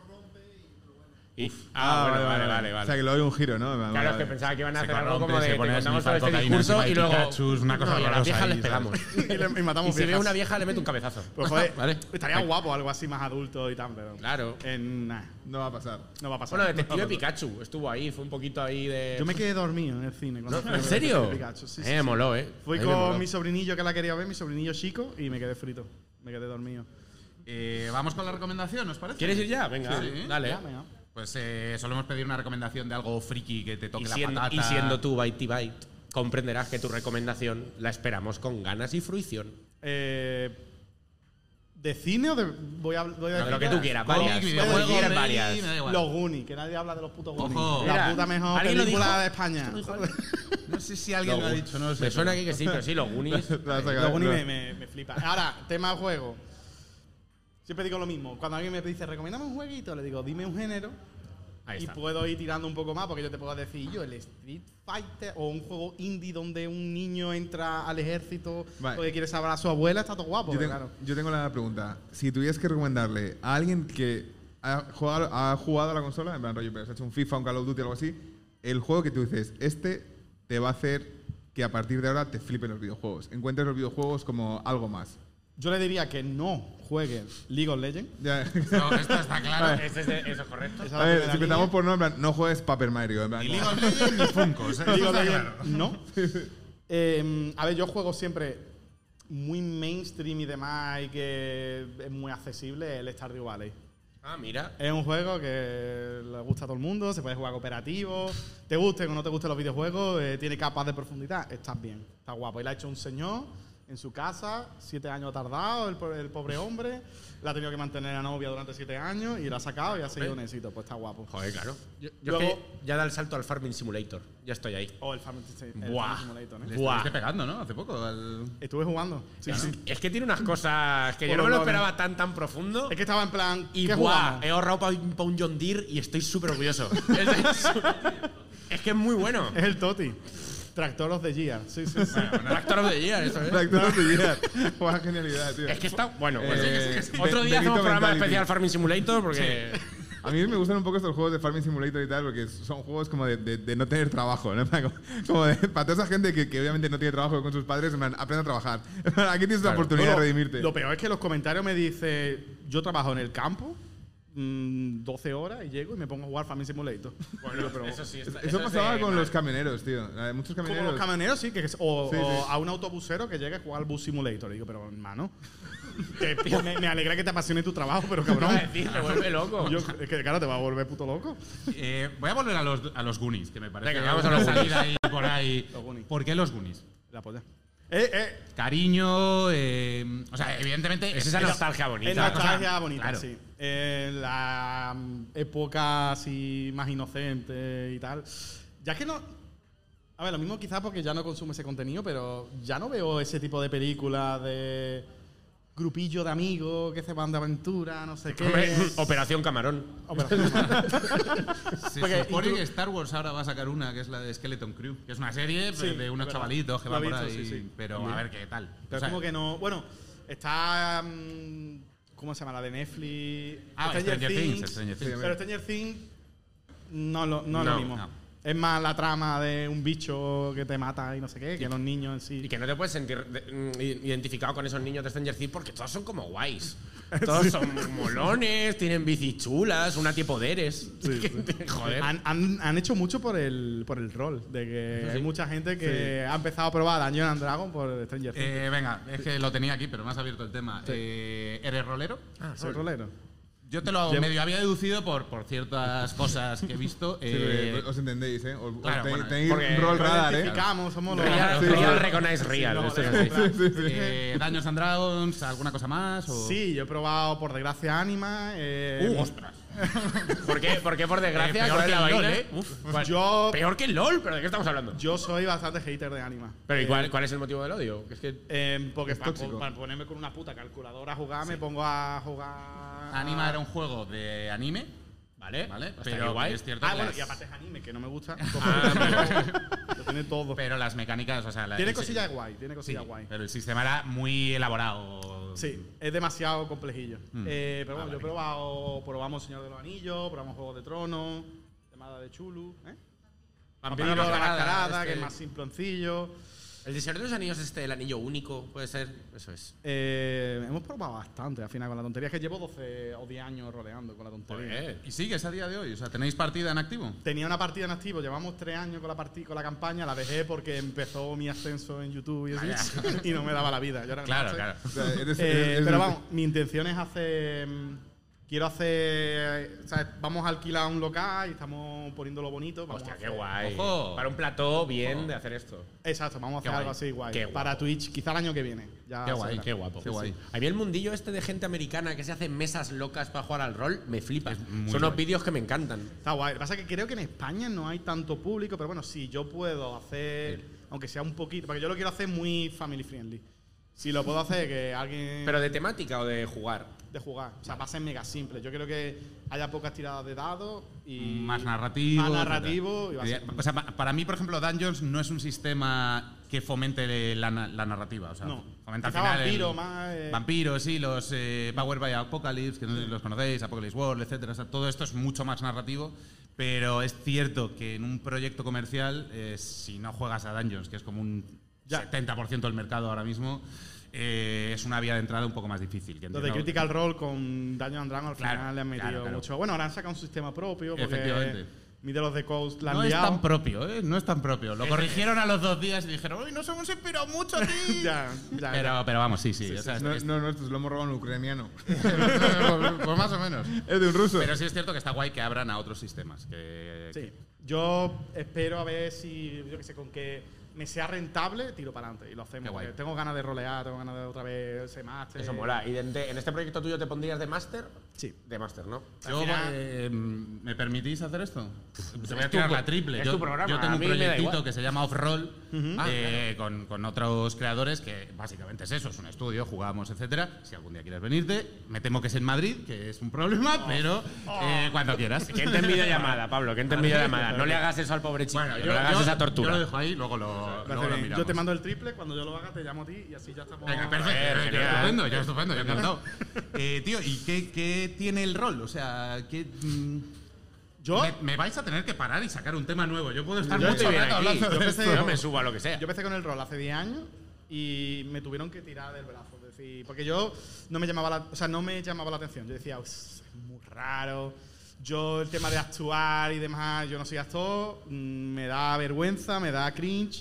Vale. O sea, que luego hay un giro, ¿no? Claro, es que pensaba que iban a Se hacer algo corrompe, como se de te pone a contamos todo snifar este cocaína discurso encima y de luego. Pikachu, una cosa No, y a las horrorosa viejas ahí, les pegamos. Y matamos Y si ve viejas. una vieja, le mete un cabezazo. Pues joder, Vale. estaría guapo algo así más adulto y tal, pero. Claro. Nah, No va a pasar. no va a pasar. Bueno, Detective No va a pasar. Pikachu estuvo ahí, fue un poquito ahí de. Yo me quedé dormido en el cine. cuando fui a ¿En ver serio? Detective Pikachu. Sí, sí, sí. Moló, ¿eh? Fui A mí me moló. con mi sobrinillo que la quería ver, mi sobrinillo chico, y me quedé frito. Me quedé dormido. Vamos con la recomendación, ¿os parece? ¿Quieres ir ya? Venga, Sí. dale. Ya, venga. Pues solemos pedir una recomendación de algo friki que te toque Y la siendo, patata. y siendo tú Byte Byte, comprenderás que tu recomendación la esperamos con ganas y fruición. ¿De cine o de.? Voy a decir Lo que tú quieras, Cómic, varias. videojuego, Lo que quieras, peli, varias. me da igual. Los Goonies, que nadie habla de los putos Goonies. Ojo. La Mira, puta mejor ¿alguien lo película dijo? de España. No sé si alguien lo ha dicho, no lo sé. Me suena que sí, pero sí, los Goonies. Lo has sacado, Los Goonies no. me flipa. Ahora, tema de juego. Siempre digo lo mismo. Cuando alguien me dice, recomiéndame un jueguito, le digo, dime un género. Ahí y está. puedo ir tirando un poco más, porque yo te puedo decir, el Street Fighter o un juego indie donde un niño entra al ejército Vale. porque quiere salvar a su abuela, está todo guapo, Yo pero tengo, claro. yo tengo la pregunta. Si tuvieras que recomendarle a alguien que ha jugado a la consola, en plan rollo, pero has hecho un FIFA, un Call of Duty o algo así, el juego que tú dices, este te va a hacer que a partir de ahora te flipen los videojuegos. Encuentres los videojuegos como algo más. Yo le diría que no juegue League of Legends. Ya. No, esto está claro. Eso es correcto. Esa es A la ver, primera si empezamos línea. por no, en plan, no juegues Paper Mario. En plan, Ni League of Legends ni Funkos. League Eso of está Legends, claro. no. A ver, yo juego siempre muy mainstream y demás y que es muy accesible el Stardew Valley. Ah, mira. Es un juego que le gusta a todo el mundo, se puede jugar cooperativo, te gusten o no te gusten los videojuegos, tiene capas de profundidad, estás bien, está guapo. Y la ha hecho un señor en su casa, 7 años tardado, el pobre hombre, la ha tenido que mantener a novia durante 7 años y la ha sacado y ha seguido un éxito, pues está guapo. Joder, claro. Yo Luego- es que ya da el salto al Farming Simulator. Ya estoy ahí. O el Farming Buah. Simulator, Le ¿eh? estuviste pegando, ¿no? Hace poco. Estuve jugando. Sí, sí. Es que tiene unas cosas que yo no me lo esperaba tan profundo. Es que estaba en plan, Y ¿qué buah, jugamos? he ahorrado para un John Deere y estoy súper orgulloso. Es que es muy bueno. Es el Toti. Tractor of the Year. Sí, sí, sí. Tractor of the Year, eso es. Tractor de Gear. Buah, genialidad, tío. Es que está. Bueno, pues Benito otro día hacemos programa Mentality. especial Farming Simulator porque. A mí me gustan un poco estos juegos de Farming Simulator y tal, porque son juegos como de no tener trabajo, ¿no? Como para toda esa gente que obviamente no tiene trabajo con sus padres, en plan, aprende a trabajar. Aquí tienes la oportunidad de redimirte. Lo peor es que los comentarios me dicen, yo trabajo en el campo 12 horas y llego y me pongo a jugar Farming Simulator. Bueno, pero eso sí. Eso pasaba con los camioneros, tío. Muchos como camioneros. los camioneros, sí, o Sí, sí. a un autobusero que llegue a jugar al Bus Simulator. Y digo, pero hermano, me alegra que te apasione tu trabajo, pero cabrón. Me vuelve loco. Es que claro, te va a volver puto loco. Voy a volver a los Goonies, que me parece Venga, que vamos a una los salida ahí por ahí. Los Goonies. ¿Por qué los Goonies? La polla. Cariño, o sea, evidentemente. Es esa nostalgia bonita. Es nostalgia o sea, bonita, claro. sí. La época así más inocente y tal. Ya que no. A ver, lo mismo quizás porque ya no consumo ese contenido, pero ya no veo ese tipo de películas de grupillo de amigos que se van de aventura, no sé qué. Hombre, Operación Camarón. Se Porque supone que Star Wars ahora va a sacar una, que es la de Skeleton Crew, que es una serie Sí, de unos es verdad. chavalitos que Lo he van por visto, ahí. sí, sí. Pero También. a ver qué tal. Pero O sea, como que no. Bueno, está. ¿Cómo se llama? La de Netflix. Stranger Things. Stranger Things. Pero Stranger Things no es lo No, mismo. no. Es más la trama de un bicho que te mata y no sé qué, que los niños en sí. Y que no te puedes sentir identificado con esos niños de Stranger Things porque todos son como guays. Todos son molones, tienen bicis chulas, una tipo Deres. Joder. Han hecho mucho por el rol, de que hay mucha gente que ha empezado a probar Dungeons and Dragons por Stranger Things. Venga, es que lo tenía aquí, pero me has abierto el tema. ¿Eres rolero? Soy rolero. Yo te lo medio había deducido por ciertas cosas que he visto. Sí, os entendéis, ¿eh? Claro, bueno, tenéis porque un rol radar, ¿eh? Identificamos, somos los. Real, Sí, real sí. recognize real. no, esto es así. Dungeons and Dragons, ¿alguna cosa más? O? Sí, yo he probado por desgracia Anima. ¡Ostras! ¿Por qué por desgracia? Peor ¿Cuál es que la el LOL, vaina? ¿eh? Uf, Yo, Peor que el LOL, ¿pero de qué estamos hablando? yo soy bastante hater de Anima. Pero ¿y cuál es el motivo del odio? Es que Porque Es tóxico. para ponerme con una puta calculadora a jugar, me pongo a jugar. Anima era un juego de anime, Vale, ¿vale? está Pero guay. es cierto Ah, que bueno, las- y aparte es anime, que no me gusta. Lo tiene todo. pero las mecánicas, o sea, Tiene el- cosillas guay, tiene sí, cosillas guay. pero el sistema era muy elaborado. Sí, es demasiado complejillo. Pero bueno, vale. yo he probamos Señor de los Anillos, probamos Juego de Tronos, Llamada de Chulu, Vampiro Vampiro la la Mascarada, Mascarada, que es más simploncillo. el diseñador de los anillos el anillo único, puede ser. Eso es. Hemos probado bastante al final con la tontería. Es que llevo 12 o 10 años roleando con la tontería. Joder. ¿Y sigues a día de hoy? O sea, ¿tenéis partida en activo? Tenía una partida en activo, llevamos 3 años con la campaña, la dejé porque empezó mi ascenso en YouTube y, así, y no me daba la vida. Yo ahora no Claro, sé. claro. O sea, Pero vamos, mi intención es hacer. Quiero hacer. ¿Sabes? Vamos a alquilar un local y estamos poniéndolo bonito. Vamos Hostia, a qué hacer- guay. Ojo. Para un plató bien de hacer esto. Exacto, vamos a hacer Qué algo guay. así guay. Qué guapo. Para Twitch, quizá el año que viene. Ya Qué se guay, verá. Qué guapo. Qué guay. A mí el mundillo este de gente americana que se hace mesas locas para jugar al rol me flipa. muy Son unos guay. vídeos que me encantan. Está guay. Lo que pasa es que creo que en España no hay tanto público, pero bueno, si yo puedo hacer, aunque sea un poquito, porque yo lo quiero hacer muy family friendly. Si lo puedo hacer, que alguien. ¿Pero de temática o de jugar? De jugar. O sea, va a ser mega simple. Yo creo que haya pocas tiradas de dados y. Más narrativo. Más narrativo. Y va a ser- O sea, para mí, por ejemplo, Dungeons no es un sistema que fomente la narrativa. O sea, No. fomenta al Quizá final vampiro más, vampiros, sí, los Powered by Apocalypse, que no sé si los conocéis, Apocalypse World, etcétera. O sea, todo esto es mucho más narrativo. Pero es cierto que en un proyecto comercial, si no juegas a Dungeons, que es como un 70% del mercado ahora mismo, es una vía de entrada un poco más difícil. Que Los de entiendo- Critical Role con Dungeons and Dragons al Claro, final le han metido claro. mucho. Bueno, ahora han sacado un sistema propio. Porque Efectivamente. Mide los de Coast la han No es liado. tan propio, ¿eh? No es tan propio. Lo corrigieron a los 2 días y dijeron, uy, nos hemos inspirado mucho a ti. ya. Pero vamos, sí. O sea, No, no, esto se lo hemos robado a un ucraniano. pues más o menos. Es de un ruso. Pero sí es cierto que está guay que abran a otros sistemas. Sí. Yo espero a ver si, yo qué sé, con que me sea rentable, tiro para adelante y lo hacemos. Qué guay. Porque tengo ganas de rolear, tengo ganas de otra vez ese máster. Eso mola. ¿Y en este proyecto tuyo te pondrías de máster? Sí. De máster, ¿no? Yo, Al final- ¿me permitís hacer esto? Te voy a tu tirar pro- la triple. es Yo, tu programa, yo tengo a un mí me da proyectito igual. que se llama Off-Roll con otros creadores que básicamente es eso, es un estudio, jugamos, etcétera. Si algún día quieres venirte, me temo que es en Madrid, que es un problema, pero cuando quieras. ¿Quién te envidia llamada, Pablo? ¿Quién te envidia llamada? No le hagas eso al pobre chico. Bueno, no le hagas esa tortura. Yo lo dejo ahí, luego lo miramos. Yo te mando el triple, cuando yo lo haga te llamo a ti y así ya estamos. Venga, perfecto. Genial. Yo estupendo, yo encantado. Tío, ¿y qué tiene el rol? O sea, Yo, me vais a tener que parar y sacar un tema nuevo. Yo puedo estar Yo mucho estoy bien rato aquí. hablando Yo de empecé- esto. Yo me subo a lo que sea. yo empecé con el rol hace 10 años y me tuvieron que tirar del brazo. Es decir, porque yo no me llamaba la atención. Yo decía, es muy raro. Yo el tema de actuar y demás, yo no soy actor, me da vergüenza, me da cringe,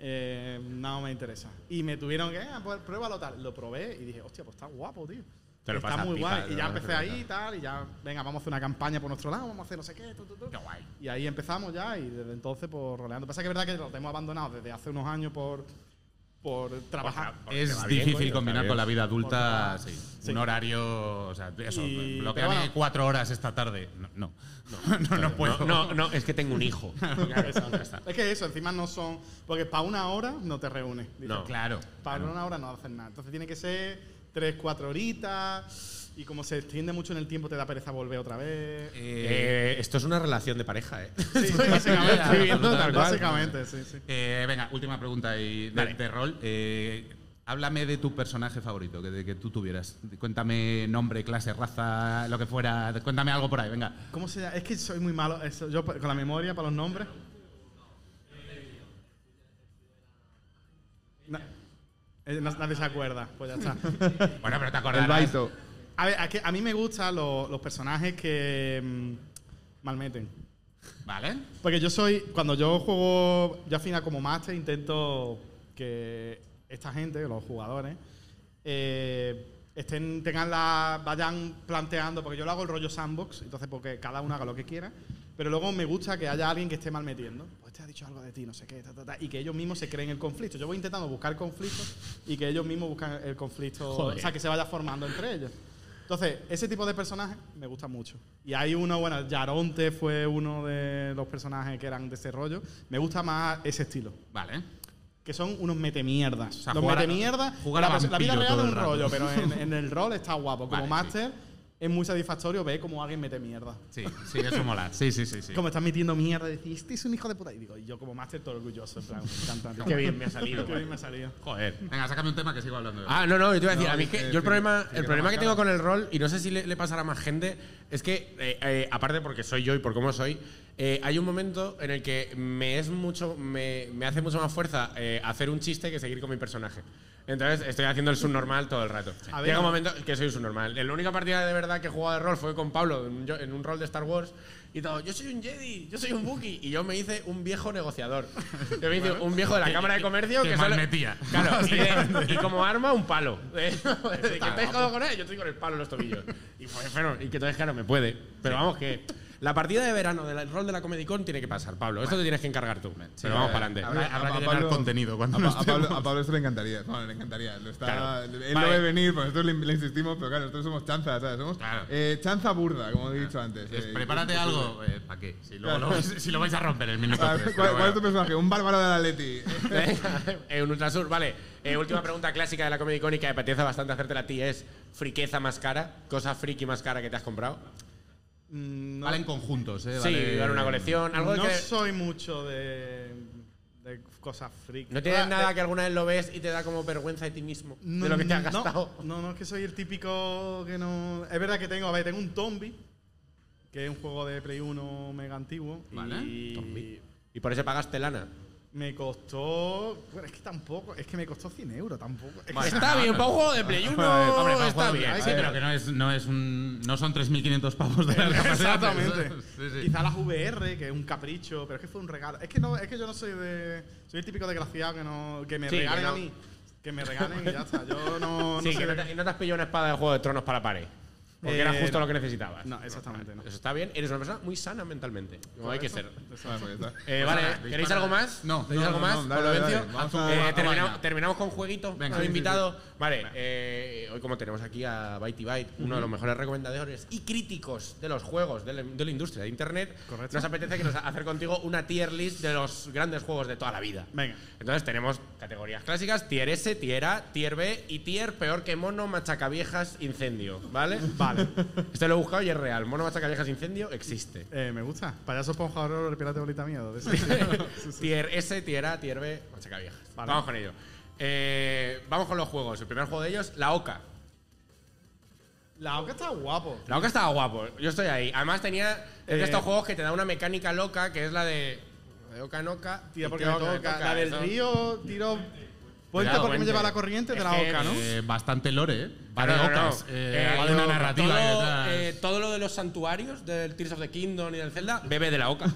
no me interesa. Y me tuvieron que, pues pruébalo tal. Lo probé y dije, hostia, pues está guapo, tío. Te lo Está pasas muy pipa, guay. te Y lo ya pasas empecé ahí pipa. y tal, y ya, venga, vamos a hacer una campaña por nuestro lado, vamos a hacer no sé qué, Qué guay. Y ahí empezamos ya, y desde entonces, pues roleando. Pasa que es verdad que lo tenemos abandonado desde hace unos años por trabajar. Porque te Es va bien, difícil coño, combinar está con la bien. vida adulta, Por sí. sí. Un horario, o sea, eso, Y- bloqueame pero bueno. 4 horas esta tarde. No puedo. No, es que tengo un hijo. Es que eso, encima no son. Porque para una hora no te reúnes. No. Claro. Para una hora no haces nada. Entonces tiene que ser 3-4 horitas. Y como se extiende mucho en el tiempo, te da pereza volver otra vez. Esto es una relación de pareja, ¿eh? Sí, básicamente. Estoy viendo tal cual. Básicamente, sí. Venga, última pregunta de rol. Háblame de tu personaje favorito, que tú tuvieras. Cuéntame nombre, clase, raza, lo que fuera. Cuéntame algo por ahí, venga. ¿Cómo se llama? Es que soy muy malo. Yo con la memoria para los nombres. Nadie se acuerda. Pues ya está. Bueno, pero te El acordarás. baito. A ver, a mí me gustan los personajes que malmeten. Vale. Porque yo soy, cuando yo juego, yo al final como máster intento que esta gente, los jugadores, vayan planteando, porque yo lo hago el rollo sandbox, entonces porque cada uno haga lo que quiera, pero luego me gusta que haya alguien que esté mal metiendo. Pues te ha dicho algo de ti, no sé qué, y que ellos mismos se creen el conflicto. Yo voy intentando buscar conflictos y que ellos mismos buscan el conflicto, Joder. o sea, que se vaya formando entre ellos. Entonces, ese tipo de personajes me gusta mucho. Y hay uno, bueno, Yaronte fue uno de los personajes que eran de ese rollo. Me gusta más ese estilo. Vale. Que son unos metemierdas. sea, los jugar a- metemierdas. jugar a La vida vampiro real todo es el un rato. rollo, pero en el rol está guapo. Como Vale, máster es muy satisfactorio ver cómo alguien mete mierda. Sí, eso mola. Sí. Como estás metiendo mierda y decís, este es un hijo de puta. Y digo, y yo como máster todo orgulloso, en plan, me encanta. tío. Qué bien me ha salido. Qué bien me ha salido. Joder. Venga, sácame un tema que sigo hablando. No, yo te iba a decir, No, a mí es que sí, yo el problema sí, que remarcado. tengo con el rol, y no sé si le pasará a más gente, es que, aparte porque soy yo y por cómo soy, hay un momento en el que me hace mucho más fuerza hacer un chiste que seguir con mi personaje. Entonces estoy haciendo el subnormal todo el rato. A ver, Llega un no. momento que soy un subnormal. La única partida de verdad que he jugado de rol fue con Pablo en un rol de Star Wars y todo. Yo soy un Jedi, yo soy un Wookiee. Y yo me hice un viejo negociador. Yo me hice un viejo de la Cámara de Comercio que solo- malmetía. Claro, y como arma un palo. ¿De que estáis jugando con él? Yo estoy con el palo en los tobillos. Y que entonces, claro, me puede. Pero vamos, que La partida de verano del rol de la Comedy Con tiene que pasar, Pablo. Esto te tienes que encargar tú. Pero vamos para adelante. Habrá que A llenar Pablo- contenido cuando A Pablo esto le encantaría. Bueno, le encantaría. Claro. Él Vale. lo ve venir, pues nosotros le insistimos, pero claro, nosotros somos chanzas, ¿sabes? Somos Claro. chanza burda, como he dicho antes. Prepárate algo. ¿Para qué? Si, luego Claro. si lo vais a romper el minuto 3. ¿Cuál es tu personaje? Un bárbaro del Atleti. Venga, un Ultrasur, vale. Última pregunta clásica de la Comedy Con y que me apetece bastante hacértela a ti es friqueza más cara, cosa friki más cara que te has comprado. No, Valen conjuntos, ¿eh? Sí, dar una colección, algo no que soy mucho de cosas freak. no tienes nada que alguna vez lo ves y te da como vergüenza de ti mismo de lo que te has gastado. No, es que soy el típico que no. Es verdad que tengo un Tombi, que es un juego de Play 1 mega antiguo. Vale. Y Y por eso pagaste lana. me costó. Bueno, es que tampoco. Es que me costó 100 euros tampoco. Es que- Está bien, para un juego de Play 1 Hombre, para un está juego- bien. Sí, pero que no son 3.500 pavos de la capacidad. Exactamente. Sí, sí. Quizá las VR, que es un capricho, pero es que fue un regalo. Es que yo no soy de. Soy el típico desgraciado que me Sí, regalen que no. a mí. Que me regalen y ya está. Yo no. Sí, no que sé no te has pillado una espada de Juego de Tronos para la pared. Porque era justo lo que necesitabas. No, exactamente no. Eso está bien. Eres una persona muy sana mentalmente. Como hay que ser. Vale, pues ya está. Vale, Dispara. ¿queréis algo más? No. ¿Tenéis No, algo no, más? no, dale, Pablo dale, Vencio. vamos a- Terminamos con jueguito. Venga. Con Sí, invitado. Vale, hoy como tenemos aquí a Byte y Byte, uno de los mejores recomendadores y críticos de los juegos de la industria de Internet, Correcto. nos apetece hacer contigo una tier list de los grandes juegos de toda la vida. Venga. Entonces tenemos categorías clásicas, tier S, tier A, tier B y tier peor que mono, machacaviejas, incendio, ¿vale? Vale. Esto lo he buscado y es real. Mono, machacaviejas, incendio existe. Me gusta. Payaso esponja horror, el pirata bolita miedo. De ese. Tier S, tier A, tier B, machacaviejas. Vale. Vamos con ello. Vamos con los juegos. El primer juego de ellos, la Oca. La Oca está guapo. La Oca estaba guapo, yo estoy ahí. Además tenía es de Eh, estos juegos que te da una mecánica loca, que es la de Oca en Oca. Tira y porque te me toca. La del eso. río, tiro. Puente Cuidado, porque me puente. lleva la corriente de Es la que- Oca, ¿no? Bastante lore, ¿eh? No, Varias no, no. ocas. Va de una Todo- narrativa ahí detrás. todo lo de los santuarios del Tears of the Kingdom y del Zelda bebe de la Oca.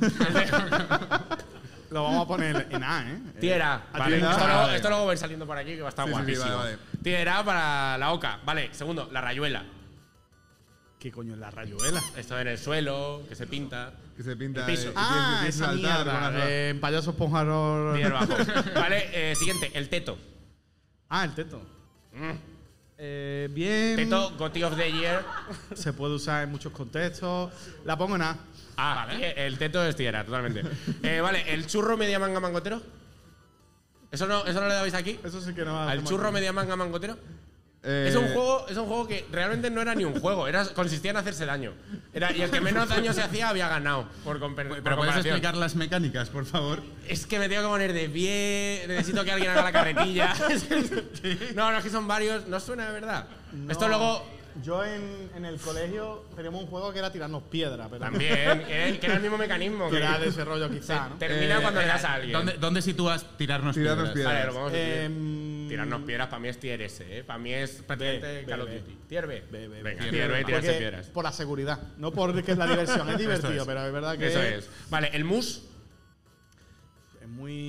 Lo vamos a poner en A, ¿eh? Tier A. A Vale, tier A. esto luego va a ir saliendo por aquí que va a estar Sí, sí, sí, guapísimo. vale, vale. Tier A para la Oca. Vale, segundo, la rayuela. ¿Qué coño es la rayuela? Esto en el suelo, que se pinta. Que se pinta. El piso. y tienes que esa saltar con mierda. las- Payaso esponja horror. Tier bajo. Vale, siguiente, el teto. El teto. Bien. Teto, GOTY of the Year. Se puede usar en muchos contextos. La pongo en A. Ah, el teto es tier A, totalmente. Vale, el churro media manga mangotero. ¿Eso no le dabais aquí? Eso sí que no va a ¿Al tomar churro tiempo. media manga mangotero? Eh, Es un juego que realmente no era ni un juego, consistía en hacerse daño. Y el que menos daño se hacía había ganado. Por Pero puedes comparación. explicar las mecánicas, por favor. Es que me tengo que poner de pie, necesito que alguien haga la carretilla. No, es que son varios. ¿No suena de verdad? Esto luego Yo en el colegio teníamos un juego que era tirarnos piedra, pero también, que era el mismo mecanismo. que que era de ese rollo quizá, ¿no? termina cuando le das a alguien. ¿Dónde sitúas tirarnos Tirarnos piedras? Vale, lo vamos a decir. Em, Tirarnos piedras para mí es tier S, ¿eh? Para mí es prácticamente B, Call of B. Duty. Tier B. B, B, Venga, B. tier B, tirarse porque- piedras. Por la seguridad, no porque es la diversión. Es divertido, es. pero es verdad que Eso es. Vale, el mus. es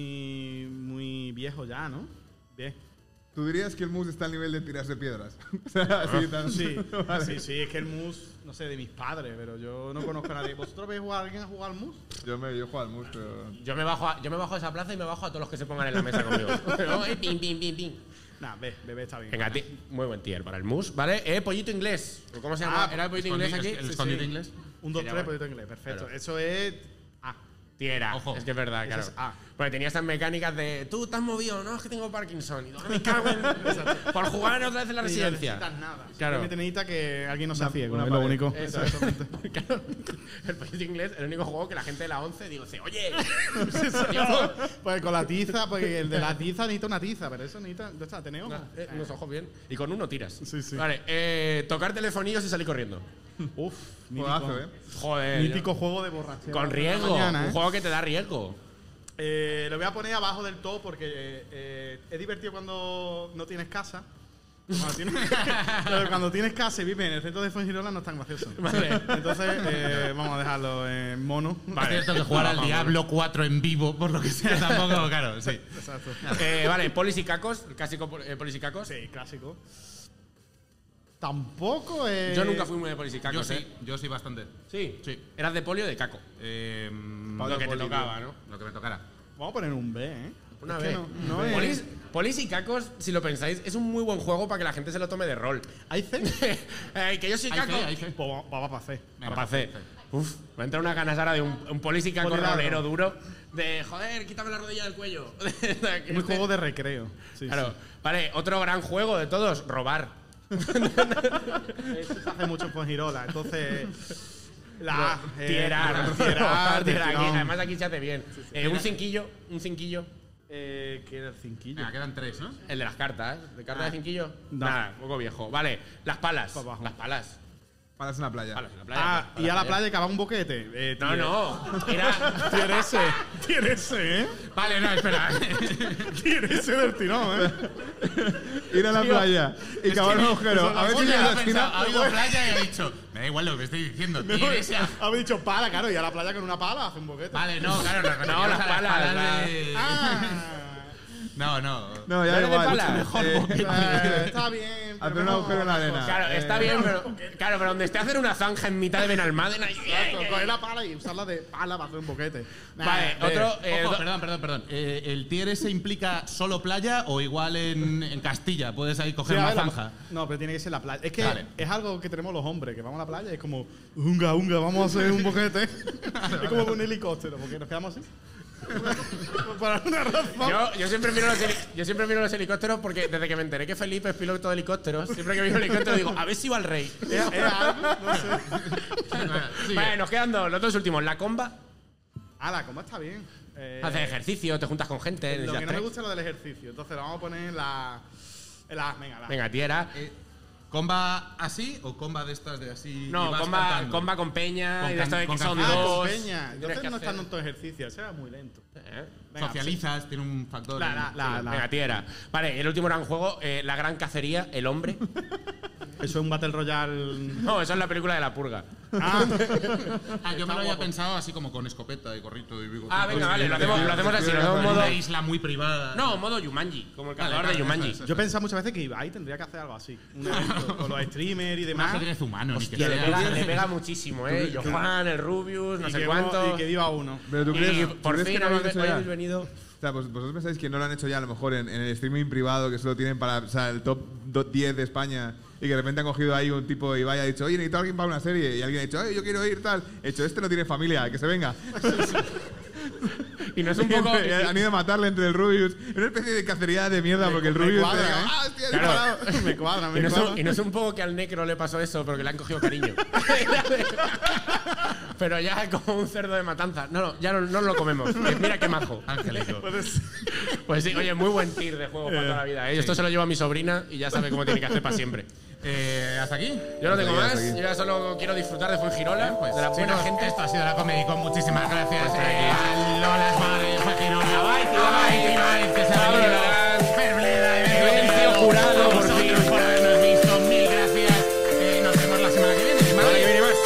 muy viejo ya, ¿no? Bien. ¿Tú dirías que el mus está al nivel de tirarse piedras? O sea, así tan. Sí, Vale. sí, es que el mus, no sé, de mis padres, pero yo no conozco a nadie. ¿Vosotros veis jugar a alguien a jugar al mus? Yo juego al mus, pero. Yo me bajo a esa plaza y me bajo a todos los que se pongan en la mesa conmigo. Pim, pim, pim, pim. Nah, bebé está bien. Venga, muy buen tier para el mus, ¿vale? Pollito inglés. ¿Cómo se llama? ¿Era el pollito inglés aquí? ¿El Sí, escondite sí. inglés? 1, 2, Sí, 3, ya, poquito inglés. Perfecto. Claro. Eso es A. Tier A. Ojo. Es que es verdad, Eso claro. es A. Porque tenía estas mecánicas de tú te has movido, no, es que tengo Parkinson. Y tú, me cago en. Por jugar otra vez en la Ni residencia. necesitas nada. Claro. Simplemente necesita que alguien no sea ciego, una es lo pared. único. Eso es. Claro, el pollito inglés es el único juego que la gente de la 11 dice, oye, Dios. Pues con la tiza, porque el de la tiza necesita una tiza, pero eso necesita. ¿Dónde está? ¿Tenés ojo? Unos ojos bien. Y con uno tiras. Sí, sí. Vale, tocar telefonillos y salir corriendo. Uf, Juegazo, ¿eh? Joder. Mítico juego de borrachera. Con de la riesgo. mañana, Un ¿eh? juego que te da riesgo. Lo voy a poner abajo del todo porque es divertido cuando no tienes casa. Cuando tienes, pero cuando tienes casa y vives en el centro de Fuengirola no es tan gracioso. Vale. Entonces, vamos a dejarlo en mono. Es cierto que jugar al Diablo 4 en vivo, por lo que sea, tampoco, claro, sí. Exacto. Vale, polis y cacos. El clásico polis y cacos. Sí, clásico. Tampoco Yo nunca fui muy de polis y cacos, Yo sí bastante. ¿Sí? Sí. ¿Eras de poli o de caco? Lo que te tocaba, ¿no? Lo que me tocara. Vamos a poner un B, ¿eh? Una Es vez. que no es- Polis y cacos, si lo pensáis, es un muy buen juego para que la gente se lo tome de rol. ¿Hay C? Que yo soy Hay caco. fe, hay fe. Pues vamos para C. Venga, Para hacer. Uf, me entra una ganas ahora de un polis y caco Poliladro. rolero duro. De, joder, quítame la rodilla del cuello. Un juego de recreo. Sí, Claro. sí. Vale, otro gran juego de todos, robar. Eso se hace mucho con Girola. Entonces. La A. Tirar. Tirar. Además aquí se hace bien. Un cinquillo. ¿Qué era el cinquillo? Venga, quedan 3, ¿no? El de las cartas. ¿De cartas de cinquillo? No. Nada, un poco viejo. Vale, las palas. Pa' abajo. Las palas. Palas en la playa. Palas en la playa. Ah, palas y a la en playa que va un boquete. No. Era. Tiene ese. Tiene ese, ¿eh? Vale, no, espera. Tiene ese del tirón, ¿eh? Ir a la playa y cavar un agujero. A ver si llega a la esquina. Ha habido playa y ha dicho, me da igual lo que me estoy diciendo. No, Tienes a- habéis dicho pala, claro, y a la playa con una pala hace un boquete. Vale, no, claro, nos No, las referíamos a palas, de- Ah. No. No, ya ¿Eres de igual. pala? Está bien. Hacer pero un no, agujero en la arena. Claro, está bien, pero donde esté hacer una zanja en mitad de Benalmádena. Coger la pala y usarla de pala para hacer un boquete. Vale, otro. Ojo, perdón. ¿El tier ese implica solo playa o igual en Castilla? Puedes ahí coger Sí, a una ver, zanja. No, pero tiene que ser la playa. Es que Vale. es algo que tenemos los hombres, que vamos a la playa y es como, unga, vamos a hacer un boquete. Es como un helicóptero, porque nos quedamos así. Por alguna razón. Yo siempre miro los helicópteros porque desde que me enteré que Felipe es piloto de helicópteros, siempre que veo un helicóptero digo, a ver si va el rey. Es algo, no sé. Sigue. Vale, nos quedan dos, los dos últimos. La comba, La coma está bien. haces ejercicio, te juntas con gente. Lo necesitas que no me tres. gusta es lo del ejercicio. Entonces lo vamos a poner en la. Venga, la. Venga, tierra. ¿Comba así o comba de estas de así? No, y vas comba cantando? con peña Con y de esto de con que son canciones. dos. Con peña. Tienes Entonces que no hacer- está en todo ejercicio. Ese era muy lento. Venga, Socializas, tiene un factor. Venga, tierra. Vale, el último gran juego, la gran cacería, el hombre. Eso es un Battle Royale. No, eso es la película de la purga. Yo me lo había pensado así como con escopeta y gorrito y bigote. Venga, vale, lo hacemos así, lo hacemos En modo. una isla muy privada. No, modo Jumanji, como el cazador Vale, de Jumanji. eso. Yo pensaba muchas veces que Ibai tendría que hacer algo así. Un evento con los streamers y Un demás. ajedrez humano, ni que Hostia, sea. le pega muchísimo, ¿eh? Johan, el Rubius, no Y sé que cuánto. y que viva uno. Pero tú crees, Y ¿tú por crees fin que no lo han hoy hecho ya? habéis venido. O sea, pues vosotros pensáis que no lo han hecho ya a lo mejor en el streaming privado que solo tienen para el top 10 de España y que de repente han cogido ahí un tipo y vaya ha dicho, oye, necesito a alguien para una serie y alguien ha dicho, oye, yo quiero ir tal. He dicho, este no tiene familia, que se venga. Y no es un poco. Han ido a matarle entre el Rubius. Es una especie de cacería de mierda porque el me Rubius. cuadra, ¿eh? ¡Ah, hostia, Claro. disparado! Me cuadra, Y me no, cuadra. y no es un poco que al Necro le pasó eso, pero que le han cogido cariño. Pero ya como un cerdo de matanza. No, ya no lo comemos. Mira qué majo. Angelito. Pues sí, oye, muy buen tir de juego para toda la vida. ¿eh? Esto se lo llevo a mi sobrina y ya sabe cómo tiene que hacer para siempre. ¿Hasta aquí? Yo no tengo Hasta más, aquí. yo ya solo quiero disfrutar de Fuengirola, Pues, de la buena chicos, gente. Esto ha sido la Comedy Con. Muchísimas gracias a Lola Esbarre, Fuengirola, Ibai, que se ha venido, Ferbleda, Silencio jurado, por fin. vosotros por habernos visto. Mil gracias. Nos vemos la semana que viene. Semana que viene más.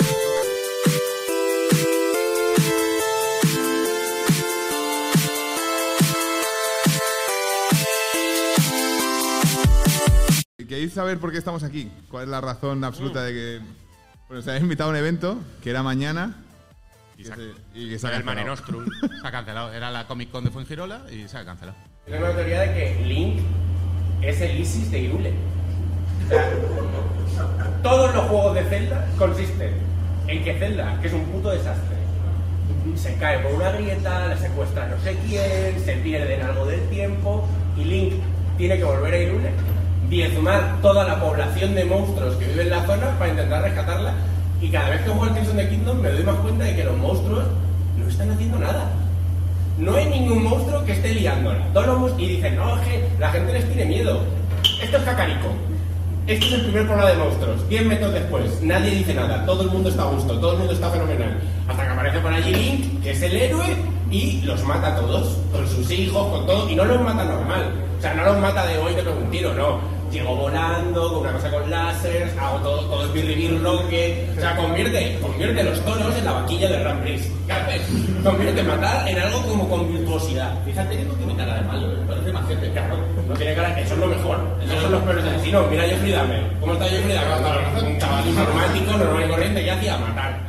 ¿Queréis saber por qué estamos aquí? ¿Cuál es la razón absoluta de que... Bueno, se ha invitado a un evento que era mañana y que se ha El cancelado. Mare Nostrum. Se ha cancelado. Era la Comic Con de Fuengirola y se ha cancelado. Tengo la teoría de que Link es el Isis de Irule. O sea, todos los juegos de Zelda consisten en que Zelda, que es un puto desastre, se cae por una grieta, la secuestra no sé quién, se pierde en algo del tiempo y Link tiene que volver a Irule, diezmar toda la población de monstruos que vive en la zona para intentar rescatarla, y cada vez que juego al Tears of the Kingdom me doy más cuenta de que los monstruos no están haciendo nada. No hay ningún monstruo que esté liándola. Todos los monstruos, y dicen, no, es que la gente les tiene miedo. Esto es Kakariko. Este es el primer problema de monstruos. 10 metros después, nadie dice nada. Todo el mundo está a gusto, todo el mundo está fenomenal. Hasta que aparece por allí Link, que es el héroe, y los mata a todos. Con sus hijos, con todo. Y no los mata normal. O sea, no los mata de hoy, te pego un tiro, no. Llego volando, con una cosa con láser, hago todo es birribir rocket. O sea, convierte los toros en la vaquilla del Grand Prix. ¿Qué haces? Convierte matar en algo como con virtuosidad. Fíjate que no tiene cara de malo, me parece más gente, claro. No tiene cara, eso es lo mejor. Esos son los peores asesinos. Mira a Jeffrey Dahmer. ¿Cómo está Jeffrey Dahmer? Un chaval informático, normal y corriente, que hacía matar.